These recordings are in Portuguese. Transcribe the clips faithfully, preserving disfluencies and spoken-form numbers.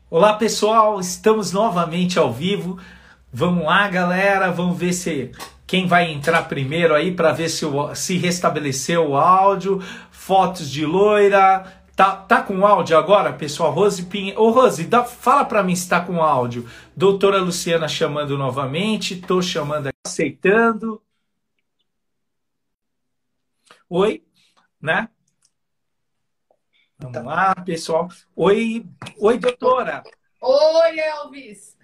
Olá, pessoal, estamos novamente ao vivo. Vamos lá, galera, vamos ver se quem vai entrar primeiro aí para ver se, o, se restabeleceu o áudio. Fotos de loira. Tá, tá com áudio agora, pessoal? Rose Pinheiro. Ô, Rose, dá, fala para mim se tá com áudio. Doutora Luciana chamando novamente. Tô chamando aqui, aceitando. Oi, né? Vamos lá, pessoal. Oi, oi, doutora. Oi, Elvis.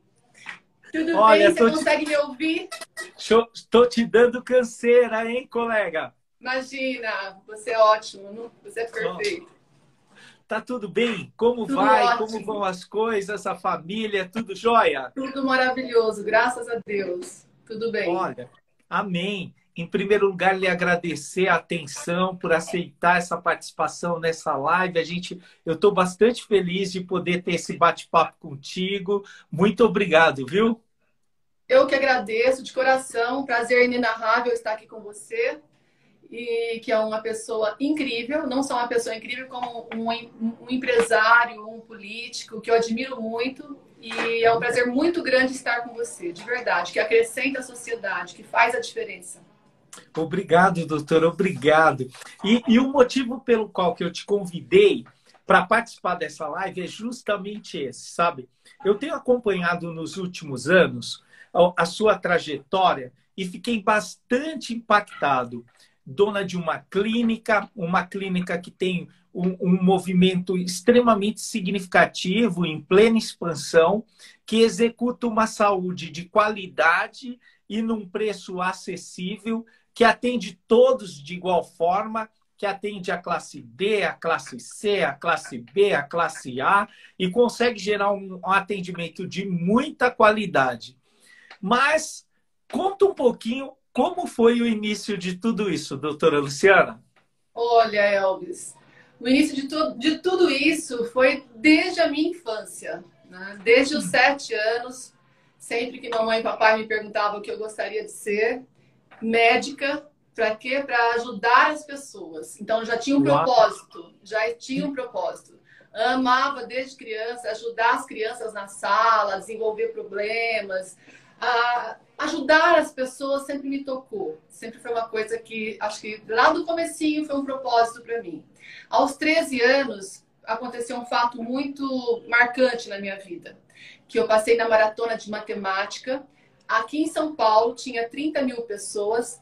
Tudo Olha, bem? Você te... consegue me ouvir? Estou te dando canseira, hein, colega? Imagina, você é ótimo, você é perfeito. Tá tudo bem? Como Tudo vai? ótimo. Como vão as coisas? A família? Tudo jóia? Tudo maravilhoso, graças a Deus. Tudo bem. Olha, amém. Em primeiro lugar, lhe agradecer a atenção por aceitar essa participação nessa live. A gente, eu estou bastante feliz de poder ter esse bate-papo contigo. Muito obrigado, viu? Eu que agradeço de coração. Prazer inenarrável estar aqui com você. E que é uma pessoa incrível, não só uma pessoa incrível, como um, um empresário, um político, que eu admiro muito. E é um prazer muito grande estar com você, de verdade, que acrescenta a sociedade, que faz a diferença. Obrigado, doutor, obrigado. E, e o motivo pelo qual que eu te convidei para participar dessa live é justamente esse, sabe? Eu tenho acompanhado nos últimos anos a, a sua trajetória e fiquei bastante impactado. Dona de uma clínica, uma clínica que tem um, um movimento extremamente significativo, em plena expansão, que executa uma saúde de qualidade e num preço acessível, que atende todos de igual forma, que atende a classe D, a classe C, a classe B, a classe A, e consegue gerar um atendimento de muita qualidade. Mas conta um pouquinho como foi o início de tudo isso, doutora Luciana? Olha, Elvis, o início de, tu, de tudo isso foi desde a minha infância, né? Desde os sete anos, sempre que mamãe e papai me perguntavam o que eu gostaria de ser, médica, para quê? Para ajudar as pessoas. Então já tinha um propósito, já tinha um propósito. Amava desde criança ajudar as crianças na sala, desenvolver problemas, a ajudar as pessoas sempre me tocou. Sempre foi uma coisa que, acho que lá do comecinho foi um propósito para mim. Aos treze anos, aconteceu um fato muito marcante na minha vida. Que eu passei na maratona de matemática. Aqui em São Paulo, tinha trinta mil pessoas.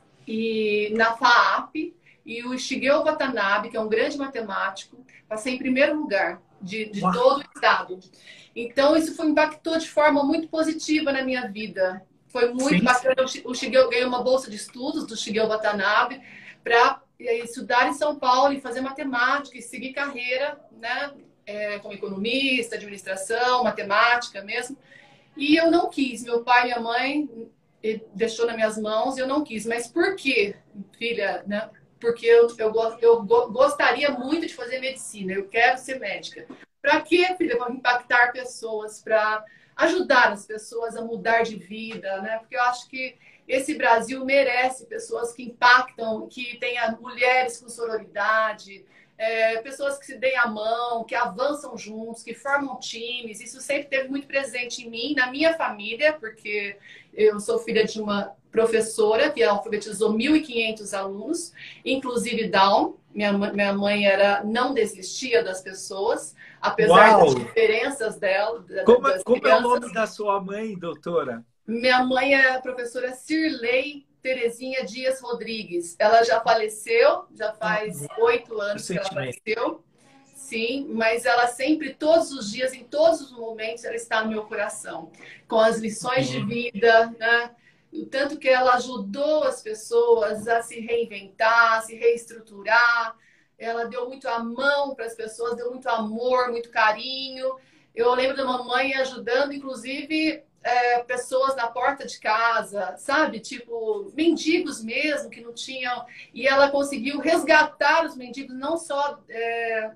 E na FAAP, e o Shigeo Watanabe, que é um grande matemático, passei em primeiro lugar de, de todo o estado. Então, isso foi, impactou de forma muito positiva na minha vida. Foi muito Sim. bacana. O Shigeo ganhou uma bolsa de estudos do Shigeo Watanabe para estudar em São Paulo e fazer matemática e seguir carreira, né, é, como economista, administração, matemática mesmo. E eu não quis. Meu pai e minha mãe deixou nas minhas mãos e eu não quis. Mas por quê, filha? Né? Porque eu, eu, eu gostaria muito de fazer medicina. Eu quero ser médica. Para quê, filha? Para impactar pessoas, para ajudar as pessoas a mudar de vida, né? Porque eu acho que esse Brasil merece pessoas que impactam, que tenha mulheres com sororidade, é, pessoas que se deem a mão, que avançam juntos, que formam times. Isso sempre teve muito presente em mim, na minha família, porque eu sou filha de uma professora que alfabetizou mil e quinhentos alunos, inclusive Down. Minha, minha mãe era, não desistia das pessoas, apesar Uau. das diferenças dela. Como, das como é o nome da sua mãe, doutora? Minha mãe é a professora Cirlei Terezinha Dias Rodrigues. Ela já faleceu, já faz oito anos que ela faleceu. Sim, mas ela sempre, todos os dias, em todos os momentos, ela está no meu coração. Com as lições de vida, né? O tanto que ela ajudou as pessoas a se reinventar, a se reestruturar. Ela deu muito a mão para as pessoas, deu muito amor, muito carinho. Eu lembro da mamãe ajudando, inclusive, é, pessoas na porta de casa, sabe? Tipo, mendigos mesmo, que não tinham... E ela conseguiu resgatar os mendigos, não só... É,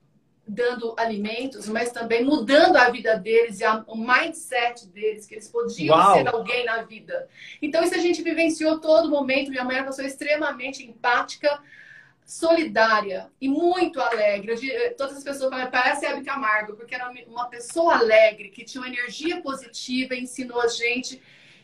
dando alimentos, mas também mudando a vida deles e a, o mindset deles, que eles podiam Uau. ser alguém na vida. Então, isso a gente vivenciou todo momento. Minha mãe era uma pessoa extremamente empática, solidária e muito alegre. Eu, todas as pessoas falam, parece Hebe Camargo, porque era uma pessoa alegre, que tinha uma energia positiva e ensinou a gente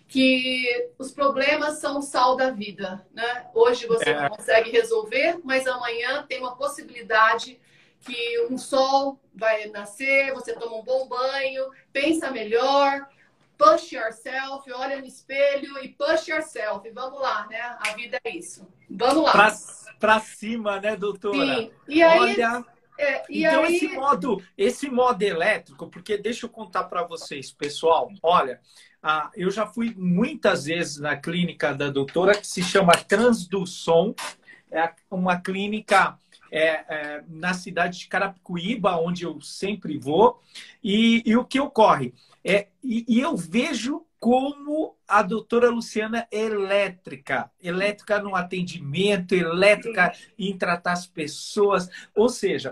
que os problemas são o sal da vida, né? Hoje você não consegue resolver, mas amanhã tem uma possibilidade que um sol vai nascer, você toma um bom banho, pensa melhor, push yourself, olha no espelho e push yourself. Vamos lá, né? A vida é isso. Vamos lá. Pra, pra cima, né, doutora? Sim. E aí... Olha... É, e então, aí... esse modo, esse modo elétrico, porque deixa eu contar para vocês, pessoal, olha, ah, eu já fui muitas vezes na clínica da doutora, que se chama Transdução, é uma clínica é, é, na cidade de Carapicuíba, onde eu sempre vou, e, e o que ocorre? É, e, e eu vejo como a doutora Luciana é elétrica, elétrica no atendimento, elétrica em tratar as pessoas, ou seja,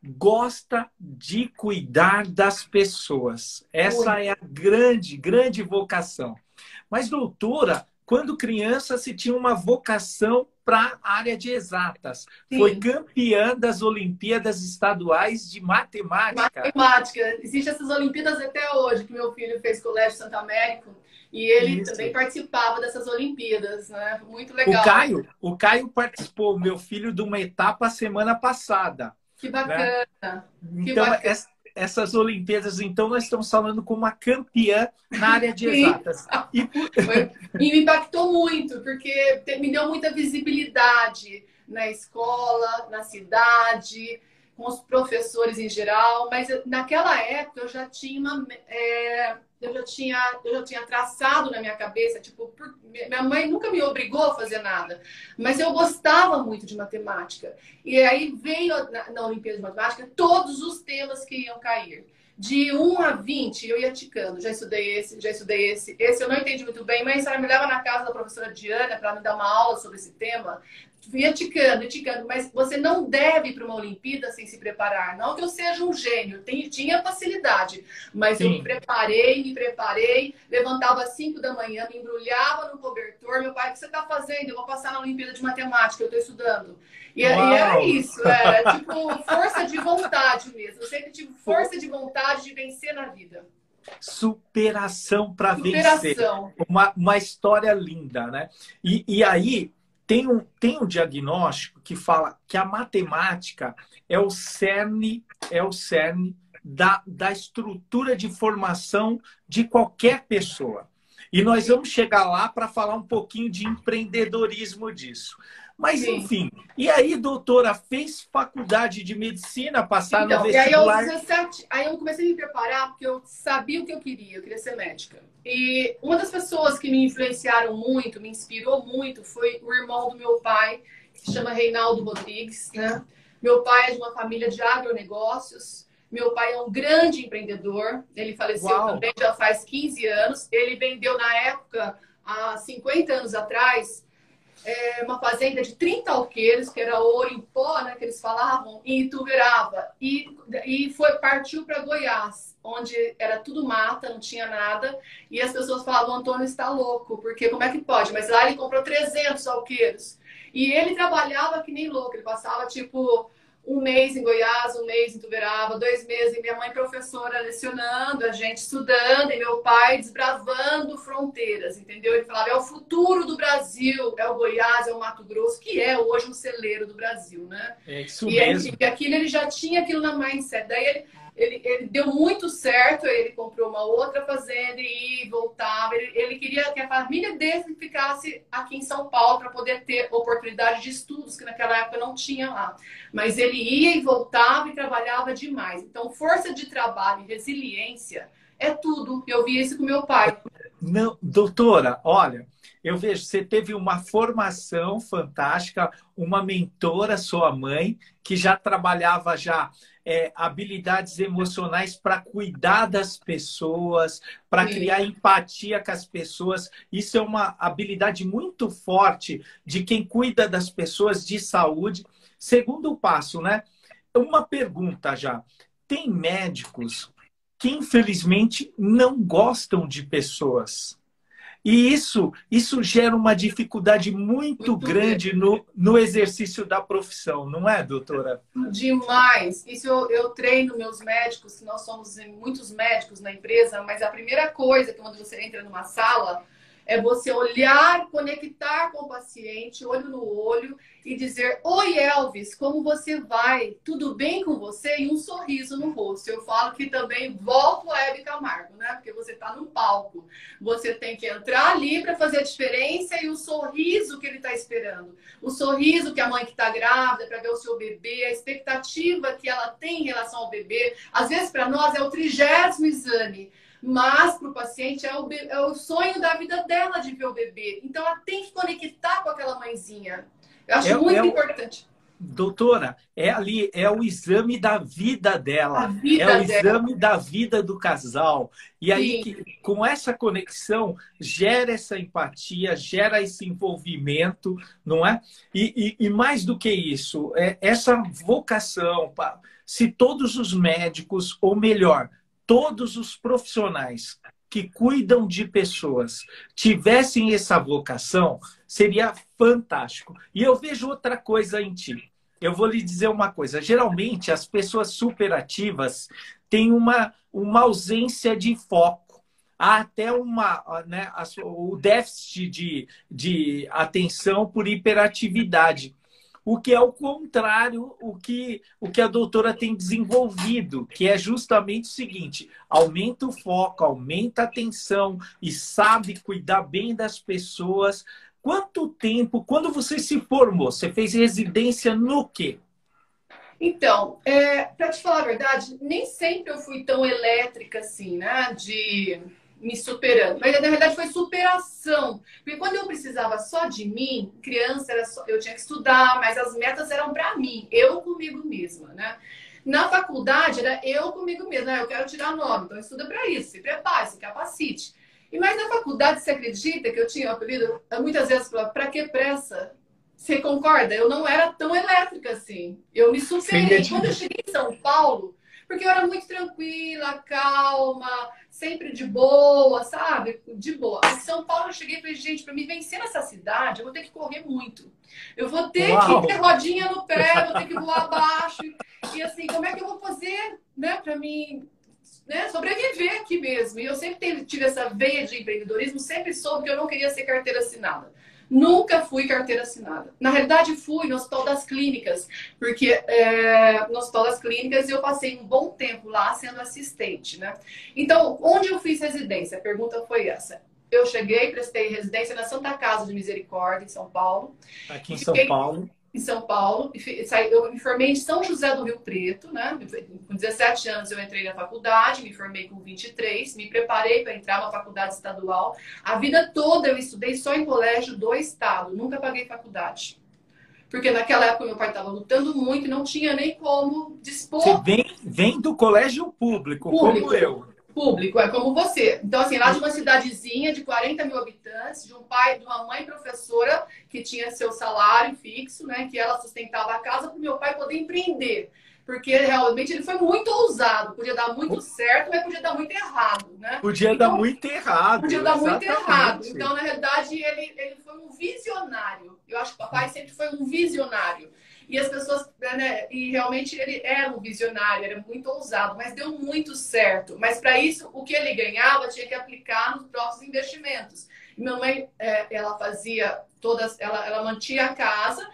gosta de cuidar das pessoas. Essa é a grande, grande vocação. Mas, doutora, quando criança, se tinha uma vocação para a área de exatas. Sim. Foi campeã das Olimpíadas Estaduais de Matemática. Matemática. Existem essas Olimpíadas até hoje, que meu filho fez Colégio Santo Américo. E ele Isso. também participava dessas Olimpíadas, né? Muito legal. O Caio, o Caio participou, meu filho, de uma etapa semana passada. Que bacana. Né? Que então, bacana. essas Olimpíadas, então, nós estamos falando com uma campeã na área de exatas. E, e me impactou muito, porque me deu muita visibilidade na escola, na cidade, com os professores em geral. Mas naquela época eu já tinha uma, é, eu já tinha, eu já tinha traçado na minha cabeça, tipo, por, minha mãe nunca me obrigou a fazer nada, mas eu gostava muito de matemática. E aí veio na, na Olimpíada de Matemática todos os temas que iam cair. De um a vinte, eu ia ticando. Já estudei esse, já estudei esse. Esse eu não entendi muito bem, mas ela me leva na casa da professora Diana para me dar uma aula sobre esse tema. Ia ticando, ia ticando. Mas você não deve ir para uma Olimpíada sem se preparar. Não que eu seja um gênio, tem, tinha facilidade. Mas Sim. eu me preparei, me preparei. Levantava às cinco da manhã, me embrulhava no cobertor. Meu pai, o que você está fazendo? Eu vou passar na Olimpíada de Matemática, eu estou estudando. E, e era isso, era tipo força de vontade mesmo. Eu sempre tive força de vontade de vencer na vida. Superação para vencer. Uma, uma história linda, né? E, e aí tem um, tem um diagnóstico que fala que a matemática é o cerne, é o cerne da, da estrutura de formação de qualquer pessoa. E nós vamos chegar lá para falar um pouquinho de empreendedorismo disso. Mas, Sim. enfim, e aí, doutora, fez faculdade de medicina, passar então, no vestibular? E aí, aos dezessete, aí eu comecei a me preparar, porque eu sabia o que eu queria, eu queria ser médica. E uma das pessoas que me influenciaram muito, me inspirou muito, foi o irmão do meu pai, que se chama Reinaldo Rodrigues, né? Meu pai é de uma família de agronegócios. Meu pai é um grande empreendedor. Ele faleceu Uau. também já faz quinze anos. Ele vendeu, na época, há cinquenta anos atrás, é, uma fazenda de trinta alqueires, que era ouro em pó, né, que eles falavam, em Ituverava. E, e foi, partiu para Goiás, onde era tudo mata, não tinha nada. E as pessoas falavam, o Antônio está louco, porque como é que pode? Mas lá ele comprou trezentos alqueiros. E ele trabalhava que nem louco. Ele passava, tipo, um mês em Goiás, um mês em Ituverava, dois meses, e minha mãe professora lecionando, a gente estudando, e meu pai desbravando fronteiras, entendeu? Ele falava, é o futuro do Brasil, é o Goiás, é o Mato Grosso, que é hoje um celeiro do Brasil, né? É isso e mesmo. E aquilo, ele já tinha aquilo na mindset. Daí ele, ele, ele deu muito certo, ele comprou uma outra fazenda e voltava. Ele, ele queria que a família dele ficasse aqui em São Paulo para poder ter oportunidade de estudos, que naquela época não tinha lá. Mas ele ia e voltava e trabalhava demais. Então, força de trabalho e resiliência é tudo. Eu vi isso com meu pai. Não, doutora, olha, eu vejo, você teve uma formação fantástica, uma mentora, sua mãe, que já trabalhava já é, habilidades emocionais para cuidar das pessoas, para criar empatia com as pessoas. Isso é uma habilidade muito forte de quem cuida das pessoas de saúde. Segundo passo, né? Uma pergunta já. Tem médicos que, infelizmente, não gostam de pessoas. E isso, isso gera uma dificuldade muito, Muito grande no, no exercício da profissão, não é, doutora? demais. Isso eu, eu treino meus médicos, que nós somos muitos médicos na empresa, mas a primeira coisa que quando você entra numa sala é você olhar, conectar com o paciente, olho no olho, e dizer: oi, Elvis, como você vai? Tudo bem com você? E um sorriso no rosto. Eu falo que também volto a Hebe Camargo, né? Porque você está no palco. Você tem que entrar ali para fazer a diferença, e o sorriso que ele está esperando. O sorriso que a mãe que está grávida, para ver o seu bebê, a expectativa que ela tem em relação ao bebê. Às vezes, para nós, é o trigésimo exame. Mas para o paciente é o, é o sonho da vida dela de ver o bebê. Então ela tem que conectar com aquela mãezinha. Eu acho É, muito é o- importante. doutora, é ali, é o exame da vida A dela, é o vida dela. exame da vida do casal. E aí, Sim. que, com essa conexão, gera essa empatia, gera esse envolvimento, não é? E, e, e mais do que isso, é essa vocação, pa- se todos os médicos, ou melhor, todos os profissionais que cuidam de pessoas tivessem essa vocação, seria fantástico. E eu vejo outra coisa em ti. Eu vou lhe dizer uma coisa. Geralmente, as pessoas superativas têm uma, uma ausência de foco. Há até uma, né, o déficit de, de atenção por hiperatividade. O que é o contrário, o que, o que a doutora tem desenvolvido, que é justamente o seguinte: aumenta o foco, aumenta a atenção e sabe cuidar bem das pessoas. Quanto tempo, quando você se formou, você fez residência no quê? Então, é, para te falar a verdade, nem sempre eu fui tão elétrica assim, né? De me superando. Mas na verdade foi superação. Porque quando eu precisava só de mim, criança, era só, eu tinha que estudar, mas as metas eram para mim, eu comigo mesma, né? Na faculdade era eu comigo mesma, né? Eu quero tirar nome, então estuda para isso, se prepare, se capacite. E mas na faculdade, você acredita que eu tinha um apelido? Eu muitas vezes falava: para que pressa? Você concorda? Eu não era tão elétrica assim. Eu me superei. Quando eu cheguei em São Paulo, porque eu era muito tranquila, calma, sempre de boa, sabe? De boa. Em São Paulo eu cheguei e falei: gente, para me vencer nessa cidade, eu vou ter que correr muito. Eu vou ter Uau! que ter rodinha no pé, vou ter que voar abaixo. E assim, como é que eu vou fazer, né, para mim, né, sobreviver aqui mesmo? E eu sempre tive essa veia de empreendedorismo, sempre soube que eu não queria ser carteira assinada. Nunca fui carteira assinada. Na realidade, fui no Hospital das Clínicas, porque é, no Hospital das Clínicas eu passei um bom tempo lá sendo assistente, né? Então, onde eu fiz residência? A pergunta foi essa. Eu cheguei, prestei residência na Santa Casa de Misericórdia, em São Paulo. Aqui em Fiquei São Paulo. em São Paulo. Eu me formei em São José do Rio Preto, né? Com dezessete anos eu entrei na faculdade, me formei com vinte e três, me preparei para entrar na faculdade estadual. A vida toda eu estudei só em colégio do estado, nunca paguei faculdade. Porque naquela época meu pai estava lutando muito e não tinha nem como dispor. Você vem, vem do colégio público, Público. como eu. Público, é como você. Então, assim, lá de uma cidadezinha de quarenta mil habitantes, de um pai, de uma mãe professora que tinha seu salário fixo, né? Que ela sustentava a casa para o meu pai poder empreender. Porque realmente ele foi muito ousado. Podia dar muito certo, mas podia dar muito errado, né? Podia então, dar muito errado. Podia dar exatamente. muito errado. Então, na verdade, ele, ele foi um visionário. Eu acho que o papai sempre foi um visionário. E as pessoas, né, e realmente ele era um visionário, era muito ousado, mas deu muito certo. Mas para isso, o que ele ganhava tinha que aplicar nos próprios investimentos. E minha mãe, ela fazia todas, ela, ela mantinha a casa.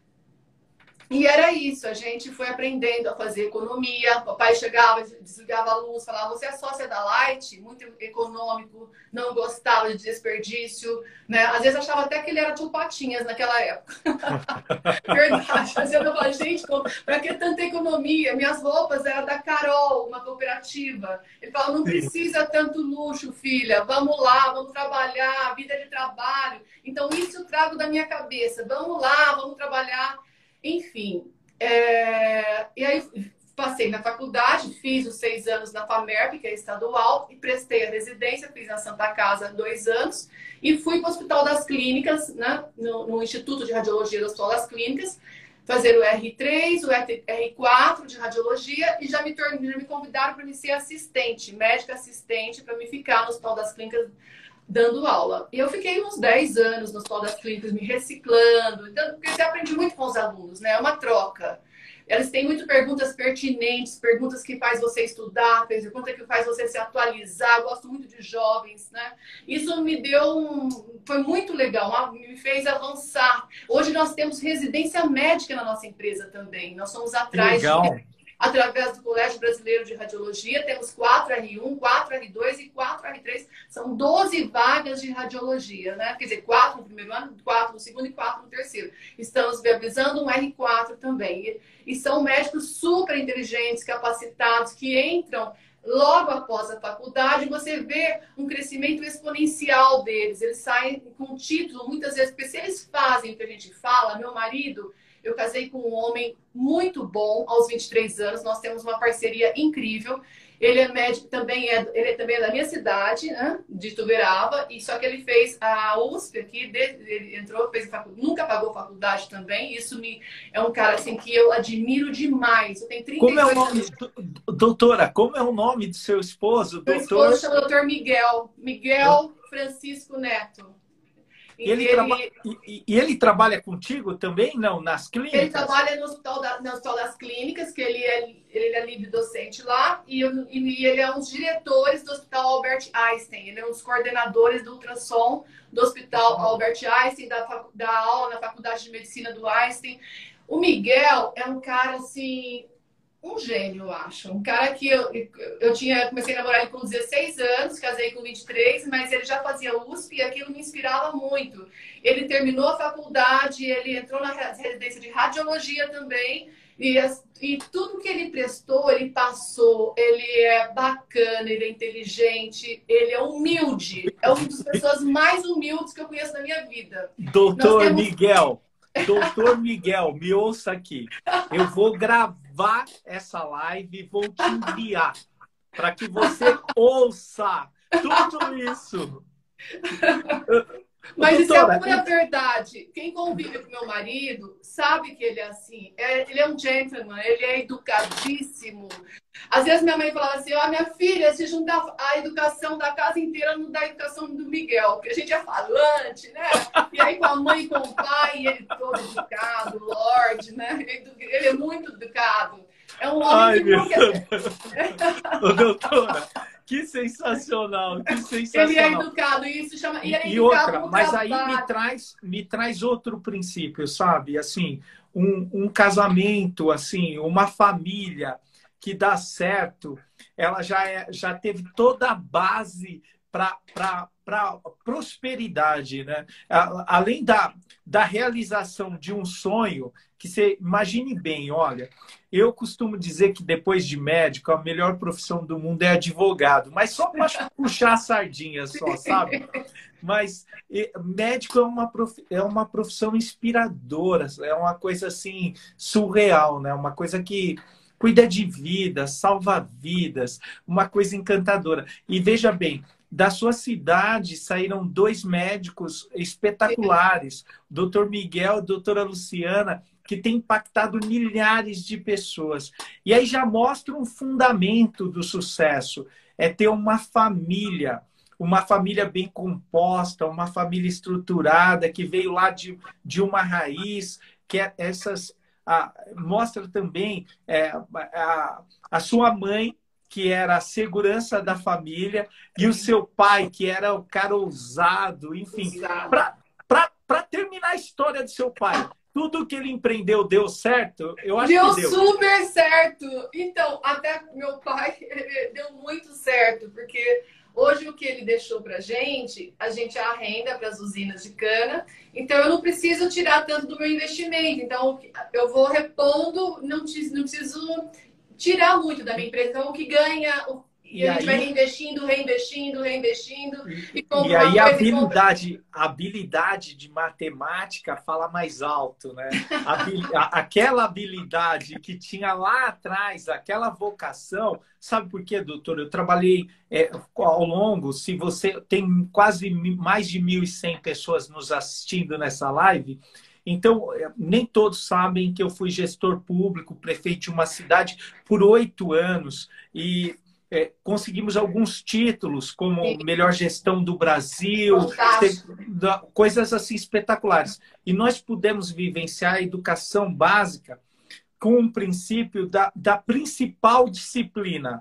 E era isso, a gente foi aprendendo a fazer economia. O papai chegava, desligava a luz, falava: você é sócia da Light, muito econômico, não gostava de desperdício, né? Às vezes achava até que ele era tio Patinhas naquela época. Verdade. Às vezes eu falava: gente, para que tanta economia? Minhas roupas eram da Carol, uma cooperativa. Ele falava: não precisa tanto luxo, filha, vamos lá, vamos trabalhar, vida de trabalho. Então isso eu trago da minha cabeça: vamos lá, vamos trabalhar. Enfim, é... e aí passei na faculdade, fiz os seis anos na FAMERP, que é estadual, e prestei a residência, fiz na Santa Casa dois anos, e fui para o Hospital das Clínicas, né, no, no Instituto de Radiologia do Hospital das Clínicas, fazer o R três, o R quatro de Radiologia, e já me, tornei, já me convidaram para me ser assistente, médica assistente, para me ficar no Hospital das Clínicas dando aula. E eu fiquei uns dez anos no Hospital das Clínicas me reciclando, então, porque você aprende muito com os alunos, né? É uma troca. Elas têm muito perguntas pertinentes, perguntas que faz você estudar, perguntas que faz você se atualizar. Eu gosto muito de jovens, né? Isso me deu um... Foi muito legal, me fez avançar. Hoje nós temos residência médica na nossa empresa também. Nós somos atrás legal. de... Através do Colégio Brasileiro de Radiologia, temos quatro R um, quatro R dois e quatro R três. São doze vagas de radiologia, né? Quer dizer, quatro no primeiro ano, quatro no segundo e quatro no terceiro. Estamos viabilizando um R quatro também. E, e são médicos super inteligentes, capacitados, que entram logo após a faculdade. Você vê um crescimento exponencial deles. Eles saem com título, muitas vezes, porque se eles fazem o que a gente fala, meu marido... Eu casei com um homem muito bom aos vinte e três anos. Nós temos uma parceria incrível. Ele é médico, também é, ele também é da minha cidade, né? De Ituverava. E só que ele fez a U S P aqui, ele entrou, fez faculdade, nunca pagou faculdade também. Isso me é um cara assim que eu admiro demais. Eu tenho trinta e dois Como é o nome, anos. doutora? Como é o nome do seu esposo? Meu Doutor... esposo chama doutor Miguel, Miguel Francisco Neto. E ele, ele... traba... e, e ele trabalha contigo também, não? Nas clínicas? Ele trabalha no Hospital, da, no Hospital das Clínicas, que ele é, ele é livre docente lá, e, eu, e ele é um dos diretores do Hospital Albert Einstein. Ele é um dos coordenadores do ultrassom do Hospital Albert Einstein, da, da aula na Faculdade de Medicina do Einstein. O Miguel é um cara, assim... um gênio, eu acho. Um cara que eu, eu tinha, comecei a namorar ele com dezesseis anos, casei com vinte e três, mas ele já fazia U S P e aquilo me inspirava muito. Ele terminou a faculdade, ele entrou na residência de radiologia também, e, e tudo que ele prestou, ele passou. Ele é bacana, ele é inteligente, ele é humilde. É uma das pessoas mais humildes que eu conheço na minha vida. Doutor temos... Miguel, doutor Miguel, me ouça aqui. Eu vou gravar essa live e vou te enviar para que você ouça tudo isso. Mas doutora, isso é pura verdade. Quem convive com meu marido sabe que ele é assim. É, ele é um gentleman, ele é educadíssimo. Às vezes minha mãe falava assim, ó, oh, minha filha, se juntar a educação da casa inteira não dá a educação do Miguel, porque a gente é falante, né? E aí com a mãe e com o pai, ele todo educado, Lorde, né? Ele é muito educado. É um homem Ai, que meu nunca... Ô, doutora, que sensacional, que sensacional. Ele é educado, e isso chama... E, ele é e educado outra, no mas trabalho. aí me traz, me traz outro princípio, sabe? Assim, um, um casamento, assim, uma família que dá certo, ela já, é, já teve toda a base para prosperidade, né? Além da, da realização de um sonho, que você imagine bem, olha, eu costumo dizer que depois de médico, a melhor profissão do mundo é advogado, mas só para puxar a sardinha só, sabe? Mas médico é uma, prof... é uma profissão inspiradora, é uma coisa assim surreal, né? Uma coisa que cuida de vidas, salva vidas, uma coisa encantadora. E veja bem, da sua cidade saíram dois médicos espetaculares, doutor Miguel e doutora Luciana, que tem impactado milhares de pessoas. E aí já mostra um fundamento do sucesso, é ter uma família, uma família bem composta, uma família estruturada, que veio lá de, de uma raiz, que é essas... A, mostra também é, a, a sua mãe, que era a segurança da família, e o seu pai, que era o cara ousado, enfim. Para terminar a história do seu pai, tudo que ele empreendeu deu certo? Eu acho deu que deu. super certo. Então, até meu pai deu muito certo, porque hoje o que ele deixou para a gente, a gente arrenda para as usinas de cana, então eu não preciso tirar tanto do meu investimento. Então eu vou repondo, não preciso, não preciso tirar muito da minha empresa. Então o que ganha, e, e a aí... gente vai reinvestindo, reinvestindo, reinvestindo. E, e aí a habilidade, a habilidade de matemática fala mais alto, né? A, aquela habilidade que tinha lá atrás, aquela vocação. Sabe por quê, doutor? Eu trabalhei é, ao longo, se você tem quase mais de mil e cem pessoas nos assistindo nessa live, então nem todos sabem que eu fui gestor público, prefeito de uma cidade por oito anos, e é, conseguimos alguns títulos, como Sim. Melhor Gestão do Brasil, coisas assim espetaculares. E nós pudemos vivenciar a educação básica com o princípio da, da principal disciplina,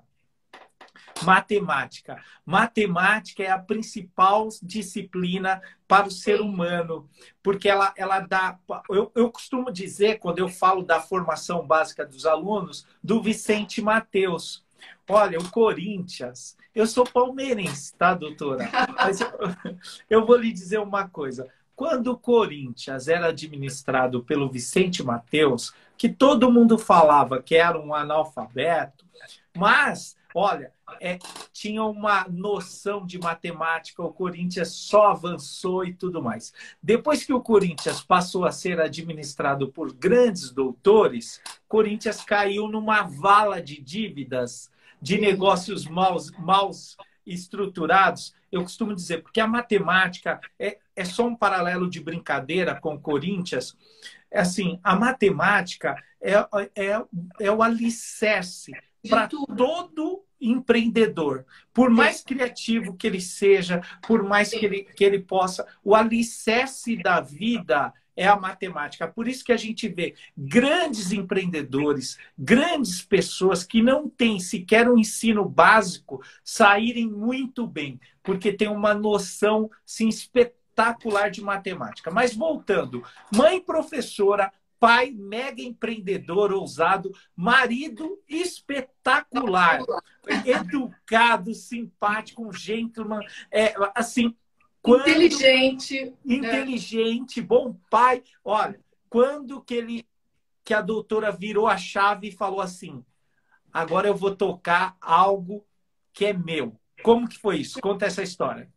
matemática. Matemática é a principal disciplina para o ser humano, porque ela, ela dá... Eu, eu costumo dizer, quando eu falo da formação básica dos alunos, do Vicente Mateus. Olha, o Corinthians... Eu sou palmeirense, tá, doutora? Mas eu, eu vou lhe dizer uma coisa. Quando o Corinthians era administrado pelo Vicente Mateus, que todo mundo falava que era um analfabeto, mas, olha, é, tinha uma noção de matemática, o Corinthians só avançou e tudo mais. Depois que o Corinthians passou a ser administrado por grandes doutores, o Corinthians caiu numa vala de dívidas, de negócios maus, maus estruturados. Eu costumo dizer, porque a matemática é, é só um paralelo de brincadeira com o Corinthians. É assim, a matemática é, é, é o alicerce para todo empreendedor. Por mais criativo que ele seja, por mais que ele, que ele possa, o alicerce da vida é a matemática. Por isso que a gente vê grandes empreendedores, grandes pessoas que não têm sequer um ensino básico saírem muito bem, porque tem uma noção sim, espetacular de matemática. Mas voltando, mãe professora, pai mega empreendedor, ousado, marido espetacular, educado, simpático, um gentleman, é, assim... Quando... Inteligente. Inteligente, né? Bom pai. Olha, quando que, ele, que a doutora virou a chave e falou assim, agora eu vou tocar algo que é meu. Como que foi isso? Conta essa história.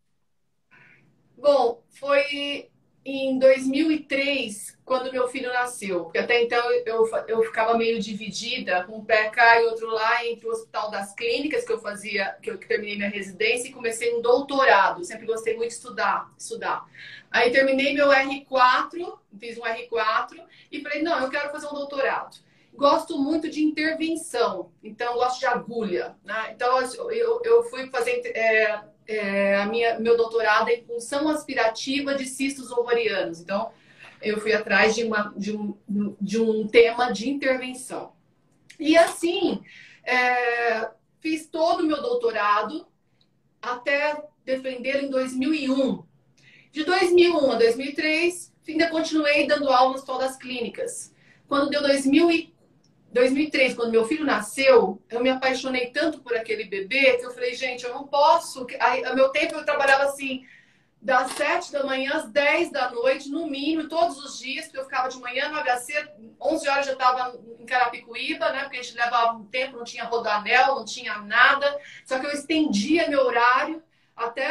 Bom, foi em dois mil e três, quando meu filho nasceu. Porque até então eu, eu ficava meio dividida, um pé cá e outro lá, entre o Hospital das Clínicas, que eu fazia, que eu terminei minha residência, e comecei um doutorado. Sempre gostei muito de estudar, estudar. Aí terminei meu R quatro, fiz um R quatro, e falei, não, eu quero fazer um doutorado. Gosto muito de intervenção, então gosto de agulha, né? Então eu, eu fui fazer... É, É, a minha, meu doutorado é em função aspirativa de cistos ovarianos. Então, eu fui atrás de, uma, de, um, de um tema de intervenção. E assim, é, fiz todo o meu doutorado até defendê-lo em dois mil e um. De dois mil e um a dois mil e três, ainda continuei dando aula no Hospital das Clínicas. Quando deu dois mil e três, quando meu filho nasceu, eu me apaixonei tanto por aquele bebê que eu falei, gente, eu não posso. Aí, ao meu tempo, eu trabalhava assim, das sete da manhã às dez da noite, no mínimo, todos os dias, porque eu ficava de manhã no H C, onze horas já estava em Carapicuíba, né? Porque a gente levava um tempo, não tinha rodoanel, não tinha nada. Só que eu estendia meu horário até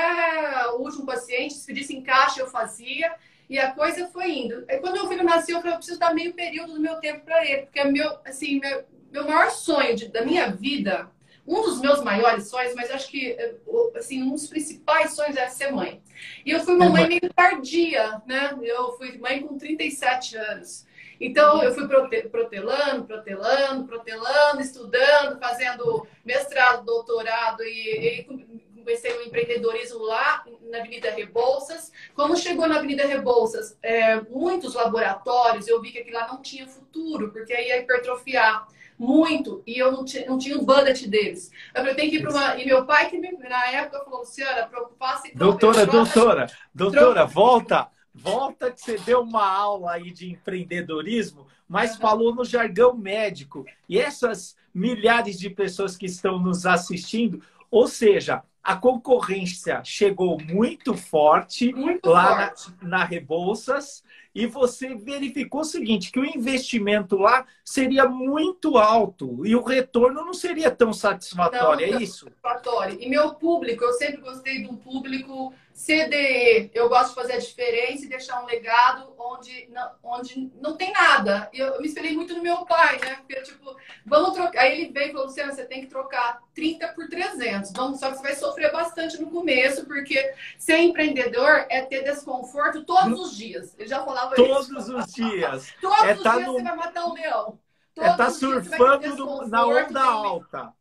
o último paciente, se pedisse em caixa, eu fazia. E a coisa foi indo. Aí, quando meu filho nasceu, eu falei, eu preciso dar meio período do meu tempo para ele. Porque é meu, assim, meu, meu maior sonho de, da minha vida, um dos meus maiores sonhos, mas acho que assim, um dos principais sonhos é ser mãe. E eu fui uma mãe meio tardia, né? Eu fui mãe com trinta e sete anos. Então, eu fui protelando, protelando, protelando, estudando, fazendo mestrado, doutorado e... e comecei o empreendedorismo lá na Avenida Rebouças. Quando chegou na Avenida Rebouças, é, muitos laboratórios, eu vi que aquilo lá não tinha futuro, porque aí ia hipertrofiar muito, e eu não tinha, não tinha o budget deles. Eu falei, eu tenho que ir para uma... E meu pai, que na época, falou, Luciana, preocupasse... Doutora, doutora, doutora, volta, volta que você deu uma aula aí de empreendedorismo, mas falou no jargão médico. E essas milhares de pessoas que estão nos assistindo, ou seja... A concorrência chegou muito forte muito lá forte. Na, na Rebouças e você verificou o seguinte, que o investimento lá seria muito alto e o retorno não seria tão satisfatório, não, é isso? Satisfatório. E meu público, eu sempre gostei de um público C D E. Eu gosto de fazer a diferença e deixar um legado onde não, onde não tem nada. Eu, eu me espelhei muito no meu pai, né? Porque, tipo, vamos trocar. Aí ele veio e falou, Luciana, você tem que trocar trinta por trezentos. Vamos, só que você vai sofrer bastante no começo, porque ser empreendedor é ter desconforto todos os dias. Ele já falava todos isso. Todos os dias. Todos é os tá dias no... você vai matar um leão. Todos é tá surfando no, na onda alta. Hã?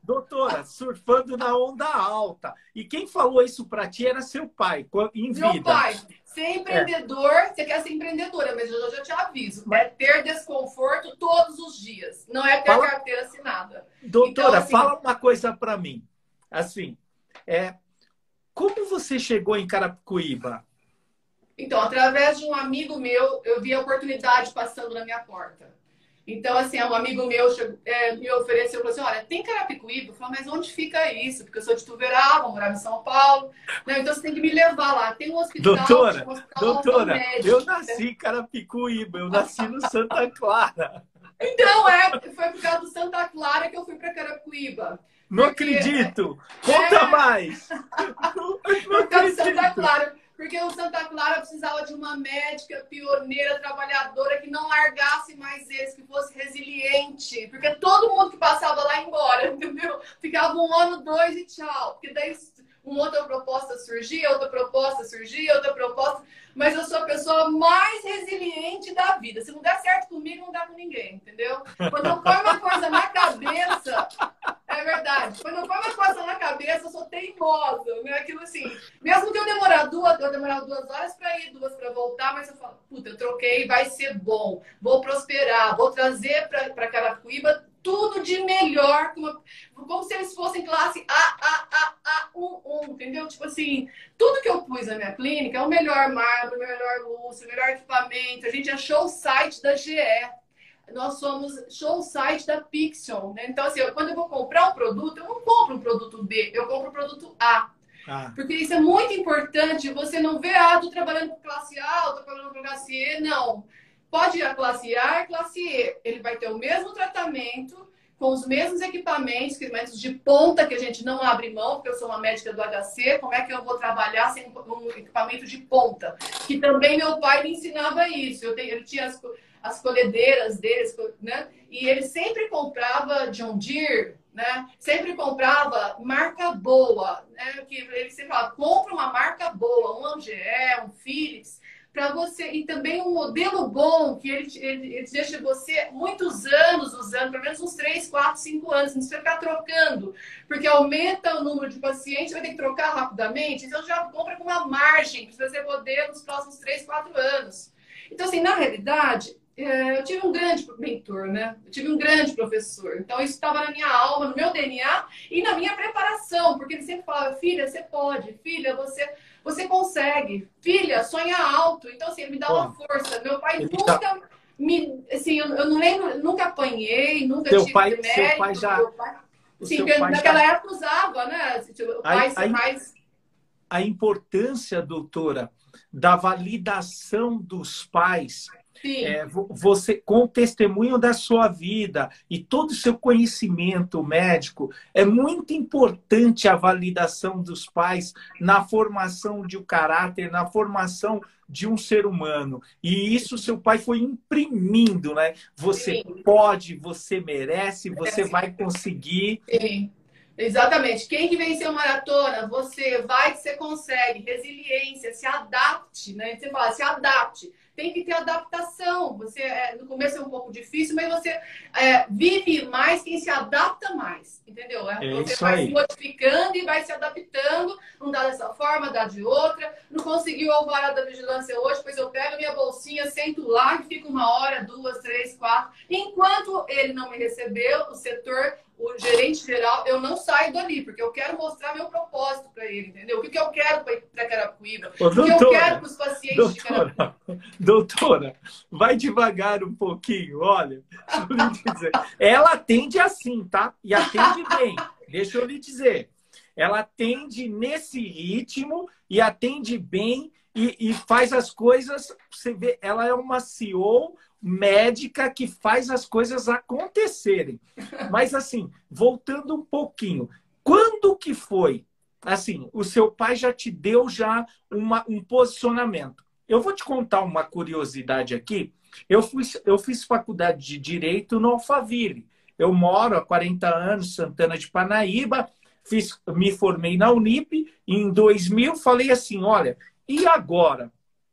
doutora, surfando na onda alta. E quem falou isso para ti era seu pai, em vida. Meu pai, ser empreendedor, é. Você quer ser empreendedora, mas eu já te aviso, é ter desconforto todos os dias. Não é ter fala... carteira assinada. Doutora, então, assim... fala uma coisa para mim. Assim, é... como você chegou em Carapicuíba? Então, através de um amigo meu, eu vi a oportunidade passando na minha porta. Então, assim, um amigo meu é, me ofereceu, falou assim, olha, tem Carapicuíba? Eu falei, mas onde fica isso? Porque eu sou de Tuverava, morava em São Paulo. Não, então, você tem que me levar lá. Tem um hospital... Doutora, um hospital doutora, eu nasci em Carapicuíba, eu nasci no Santa Clara. Então, é, foi por causa do Santa Clara que eu fui para Carapicuíba. Não porque, acredito! Conta é... mais! Não, não por causa do Santa Clara. Porque o Santa Clara precisava de uma médica pioneira, trabalhadora, que não largasse mais eles, que fosse resiliente. Porque todo mundo que passava lá ia embora, entendeu? Ficava um ano, dois e tchau. Porque daí uma outra proposta surgia, outra proposta surgia, outra proposta... Mas eu sou a pessoa mais resiliente da vida. Se não der certo comigo, não dá com ninguém, entendeu? Quando eu ponho uma coisa na cabeça... É verdade. Quando eu ponho uma coisa na cabeça, eu sou teimosa. Né? Aquilo assim... Mesmo que eu demorar duas, eu demorar duas horas para ir, duas para voltar, mas eu falo, puta, eu troquei, vai ser bom. Vou prosperar, vou trazer para Carapicuíba tudo de melhor, como, como se eles fossem classe A, A, A, A, um, um, entendeu? Tipo assim, tudo que eu pus na minha clínica é o melhor mármore, o melhor luz, o melhor equipamento. A gente achou o site da G E. Nós somos show site da Pixion, né? Então, assim, eu, quando eu vou comprar um produto, eu não compro um produto B, eu compro um produto A. Ah. Porque isso é muito importante. Você não vê, ah, tô trabalhando com classe A, tô trabalhando com classe E, não. Pode ir a classe A e classe E. Ele vai ter o mesmo tratamento, com os mesmos equipamentos, equipamentos de ponta, que a gente não abre mão, porque eu sou uma médica do H C. Como é que eu vou trabalhar sem um equipamento de ponta? Que também meu pai me ensinava isso. Eu tenho, ele tinha as, as colhedeiras deles, né? E ele sempre comprava John Deere, né? Sempre comprava marca boa, né? Que ele sempre falava, compra uma marca boa, um Angé, um Philips, para você, e também um modelo bom, que ele, ele, ele deixa você muitos anos usando, pelo menos uns três, quatro, cinco anos, não precisa ficar trocando, porque aumenta o número de pacientes, vai ter que trocar rapidamente, então já compra com uma margem, para você poder nos próximos três, quatro anos. Então, assim, na realidade, eu tive um grande mentor, né? Eu tive um grande professor. Então, isso estava na minha alma, no meu D N A e na minha preparação, porque ele sempre falava, filha, você pode, filha, você... Você consegue. Filha, sonha alto. Então, assim, ele me dá uma força. Meu pai nunca tá... me... Assim, eu, eu não lembro, nunca apanhei, nunca seu tive pai, mérito. Seu pai já... Pai... O Sim, seu porque pai naquela já... época usava, né? O pai a, a, mais... a importância, doutora, da validação dos pais... É, você, com o testemunho da sua vida e todo o seu conhecimento médico, é muito importante a validação dos pais na formação de um caráter, na formação de um ser humano. E isso seu pai foi imprimindo, né? Você Sim. pode, você merece, você é. vai conseguir. Sim. Exatamente. Quem que venceu maratona? Você vai que você consegue. Resiliência, se adapte, né? Você fala, se adapte. Tem que ter adaptação. Você é, no começo é um pouco difícil, mas você é, vive mais quem se adapta mais, entendeu? É, é você vai aí. se modificando e vai se adaptando. Não dá dessa forma, dá de outra. Não conseguiu o alvará da vigilância hoje, pois eu pego minha bolsinha, sento lá e fico uma hora, duas, três, quatro. Enquanto ele não me recebeu, o setor, o gerente geral, eu não saio dali, porque eu quero mostrar meu propósito para ele, entendeu? O que, que eu quero para Carapicuíba? O que eu quero para os pacientes doutora, de Carapicuíba? Doutora, vai devagar um pouquinho, olha. Deixa eu lhe dizer. Ela atende assim, tá? E atende bem. Deixa eu lhe dizer. Ela atende nesse ritmo e atende bem e, e faz as coisas... Você vê, ela é uma C E O médica que faz as coisas acontecerem. Mas, assim, voltando um pouquinho. Quando que foi? Assim, o seu pai já te deu já uma, um posicionamento. Eu vou te contar uma curiosidade aqui. Eu, fui, eu fiz faculdade de Direito no Alphaville. Eu moro há quarenta anos, Santana de Parnaíba. Fiz, me formei na Unip. E em dois mil, falei assim, olha, e agora?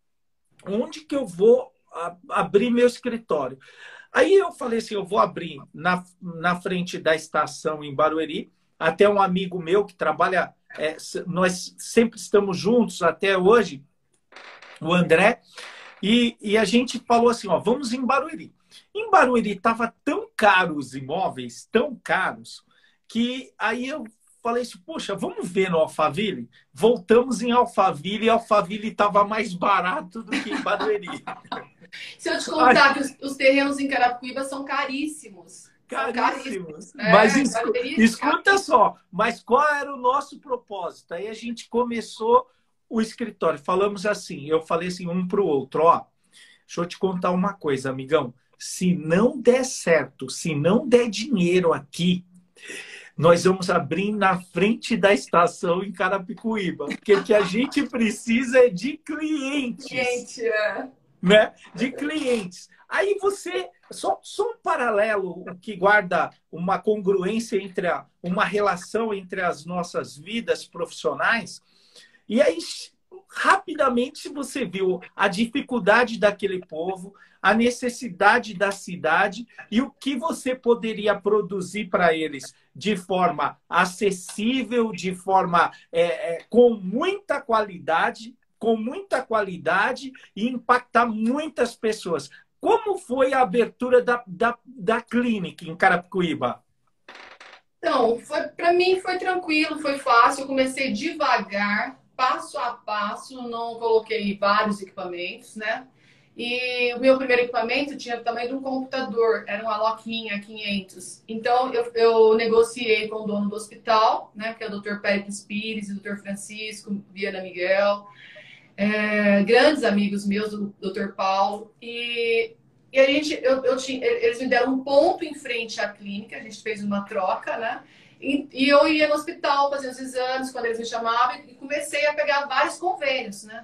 Onde que eu vou abrir meu escritório? Aí eu falei assim, eu vou abrir na, na frente da estação em Barueri, até um amigo meu que trabalha, é, nós sempre estamos juntos até hoje, o André, e, e a gente falou assim, ó, vamos em Barueri. Em Barueri estava tão caro os imóveis, tão caros, que aí eu falei assim, poxa, vamos ver no Alphaville? Voltamos em Alphaville e Alphaville estava mais barato do que em Barueri. Se eu te contar Ai. que os, os terrenos em Carapicuíba são caríssimos. Caríssimos. É, mas escu escuta só, mas qual era o nosso propósito? Aí a gente começou o escritório. Falamos assim, eu falei assim um para o outro, ó, deixa eu te contar uma coisa, amigão. Se não der certo, se não der dinheiro aqui, nós vamos abrir na frente da estação em Carapicuíba. Porque o que a gente precisa é de clientes. Gente, é. Né? De clientes. Aí você, só, só um paralelo que guarda uma congruência entre a, uma relação entre as nossas vidas profissionais. E aí, rapidamente, você viu a dificuldade daquele povo, a necessidade da cidade e o que você poderia produzir para eles de forma acessível, de forma é, é, com muita qualidade, com muita qualidade e impactar muitas pessoas. Como foi a abertura da, da, da clínica em Carapicuíba? Então, para mim foi tranquilo, foi fácil. Eu comecei devagar, passo a passo, não coloquei vários equipamentos, né? E o meu primeiro equipamento tinha o tamanho de um computador, era uma Loquinha quinhentos. Então, eu, eu negociei com o dono do hospital, né? Que é o doutor Pérez Pires e o doutor Francisco Viana Miguel. É, grandes amigos meus, do doutor Paulo, e, e a gente, eu, eu tinha, eles me deram um ponto em frente à clínica, a gente fez uma troca, né? E, e eu ia no hospital fazer os exames quando eles me chamavam e comecei a pegar vários convênios, né?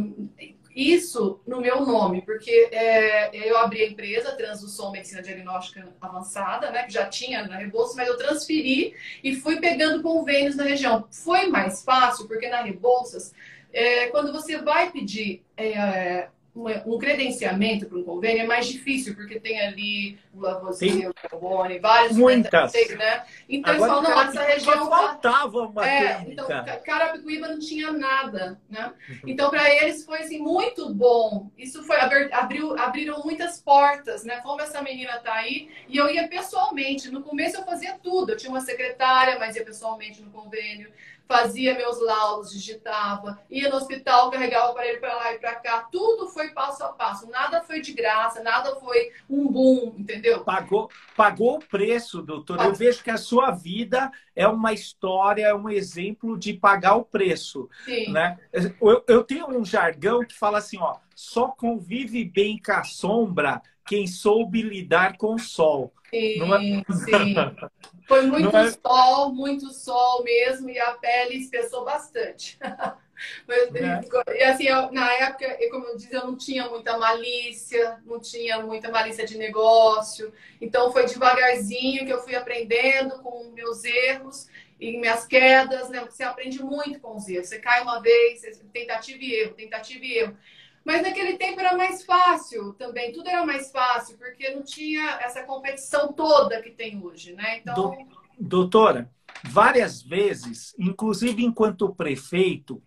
Isso no meu nome, porque é, eu abri a empresa Transdução Medicina Diagnóstica Avançada, né? Que já tinha na Rebouças, mas eu transferi e fui pegando convênios na região. Foi mais fácil, porque na Rebouças, É, quando você vai pedir é, um, um credenciamento para um convênio, é mais difícil, porque tem ali o Lavoisier, o Carbone, vários... Muitas! Né? Então, eles falam, não, essa região... faltava uma é, clínica. Então, Carapicuíba não tinha nada, né? Então, para eles foi assim, muito bom. Isso foi, abriu, abriram muitas portas, né? Como essa menina tá aí, e eu ia pessoalmente. No começo eu fazia tudo. Eu tinha uma secretária, mas ia pessoalmente no convênio. Fazia meus laudos, digitava, ia no hospital, carregava o aparelho para lá e para cá. Tudo foi passo a passo. Nada foi de graça, nada foi um boom, entendeu? Pagou, pagou o preço, doutor. Pagou. Eu vejo que a sua vida é uma história, é um exemplo de pagar o preço. Sim. Né? Eu, eu tenho um jargão que fala assim, ó, só convive bem com a sombra quem soube lidar com o sol. Sim, não é... sim. Foi muito é... sol, muito sol mesmo, e a pele espessou bastante. Mas, é. E assim, eu, na época, eu, como eu disse, eu não tinha muita malícia, não tinha muita malícia de negócio. Então foi devagarzinho que eu fui aprendendo com meus erros e minhas quedas, né? Você aprende muito com os erros. Você cai uma vez, tentativa e erro, tentativa e erro. Mas naquele tempo era mais fácil também, tudo era mais fácil, porque não tinha essa competição toda que tem hoje, né? Então... Doutora, várias vezes, inclusive enquanto prefeito,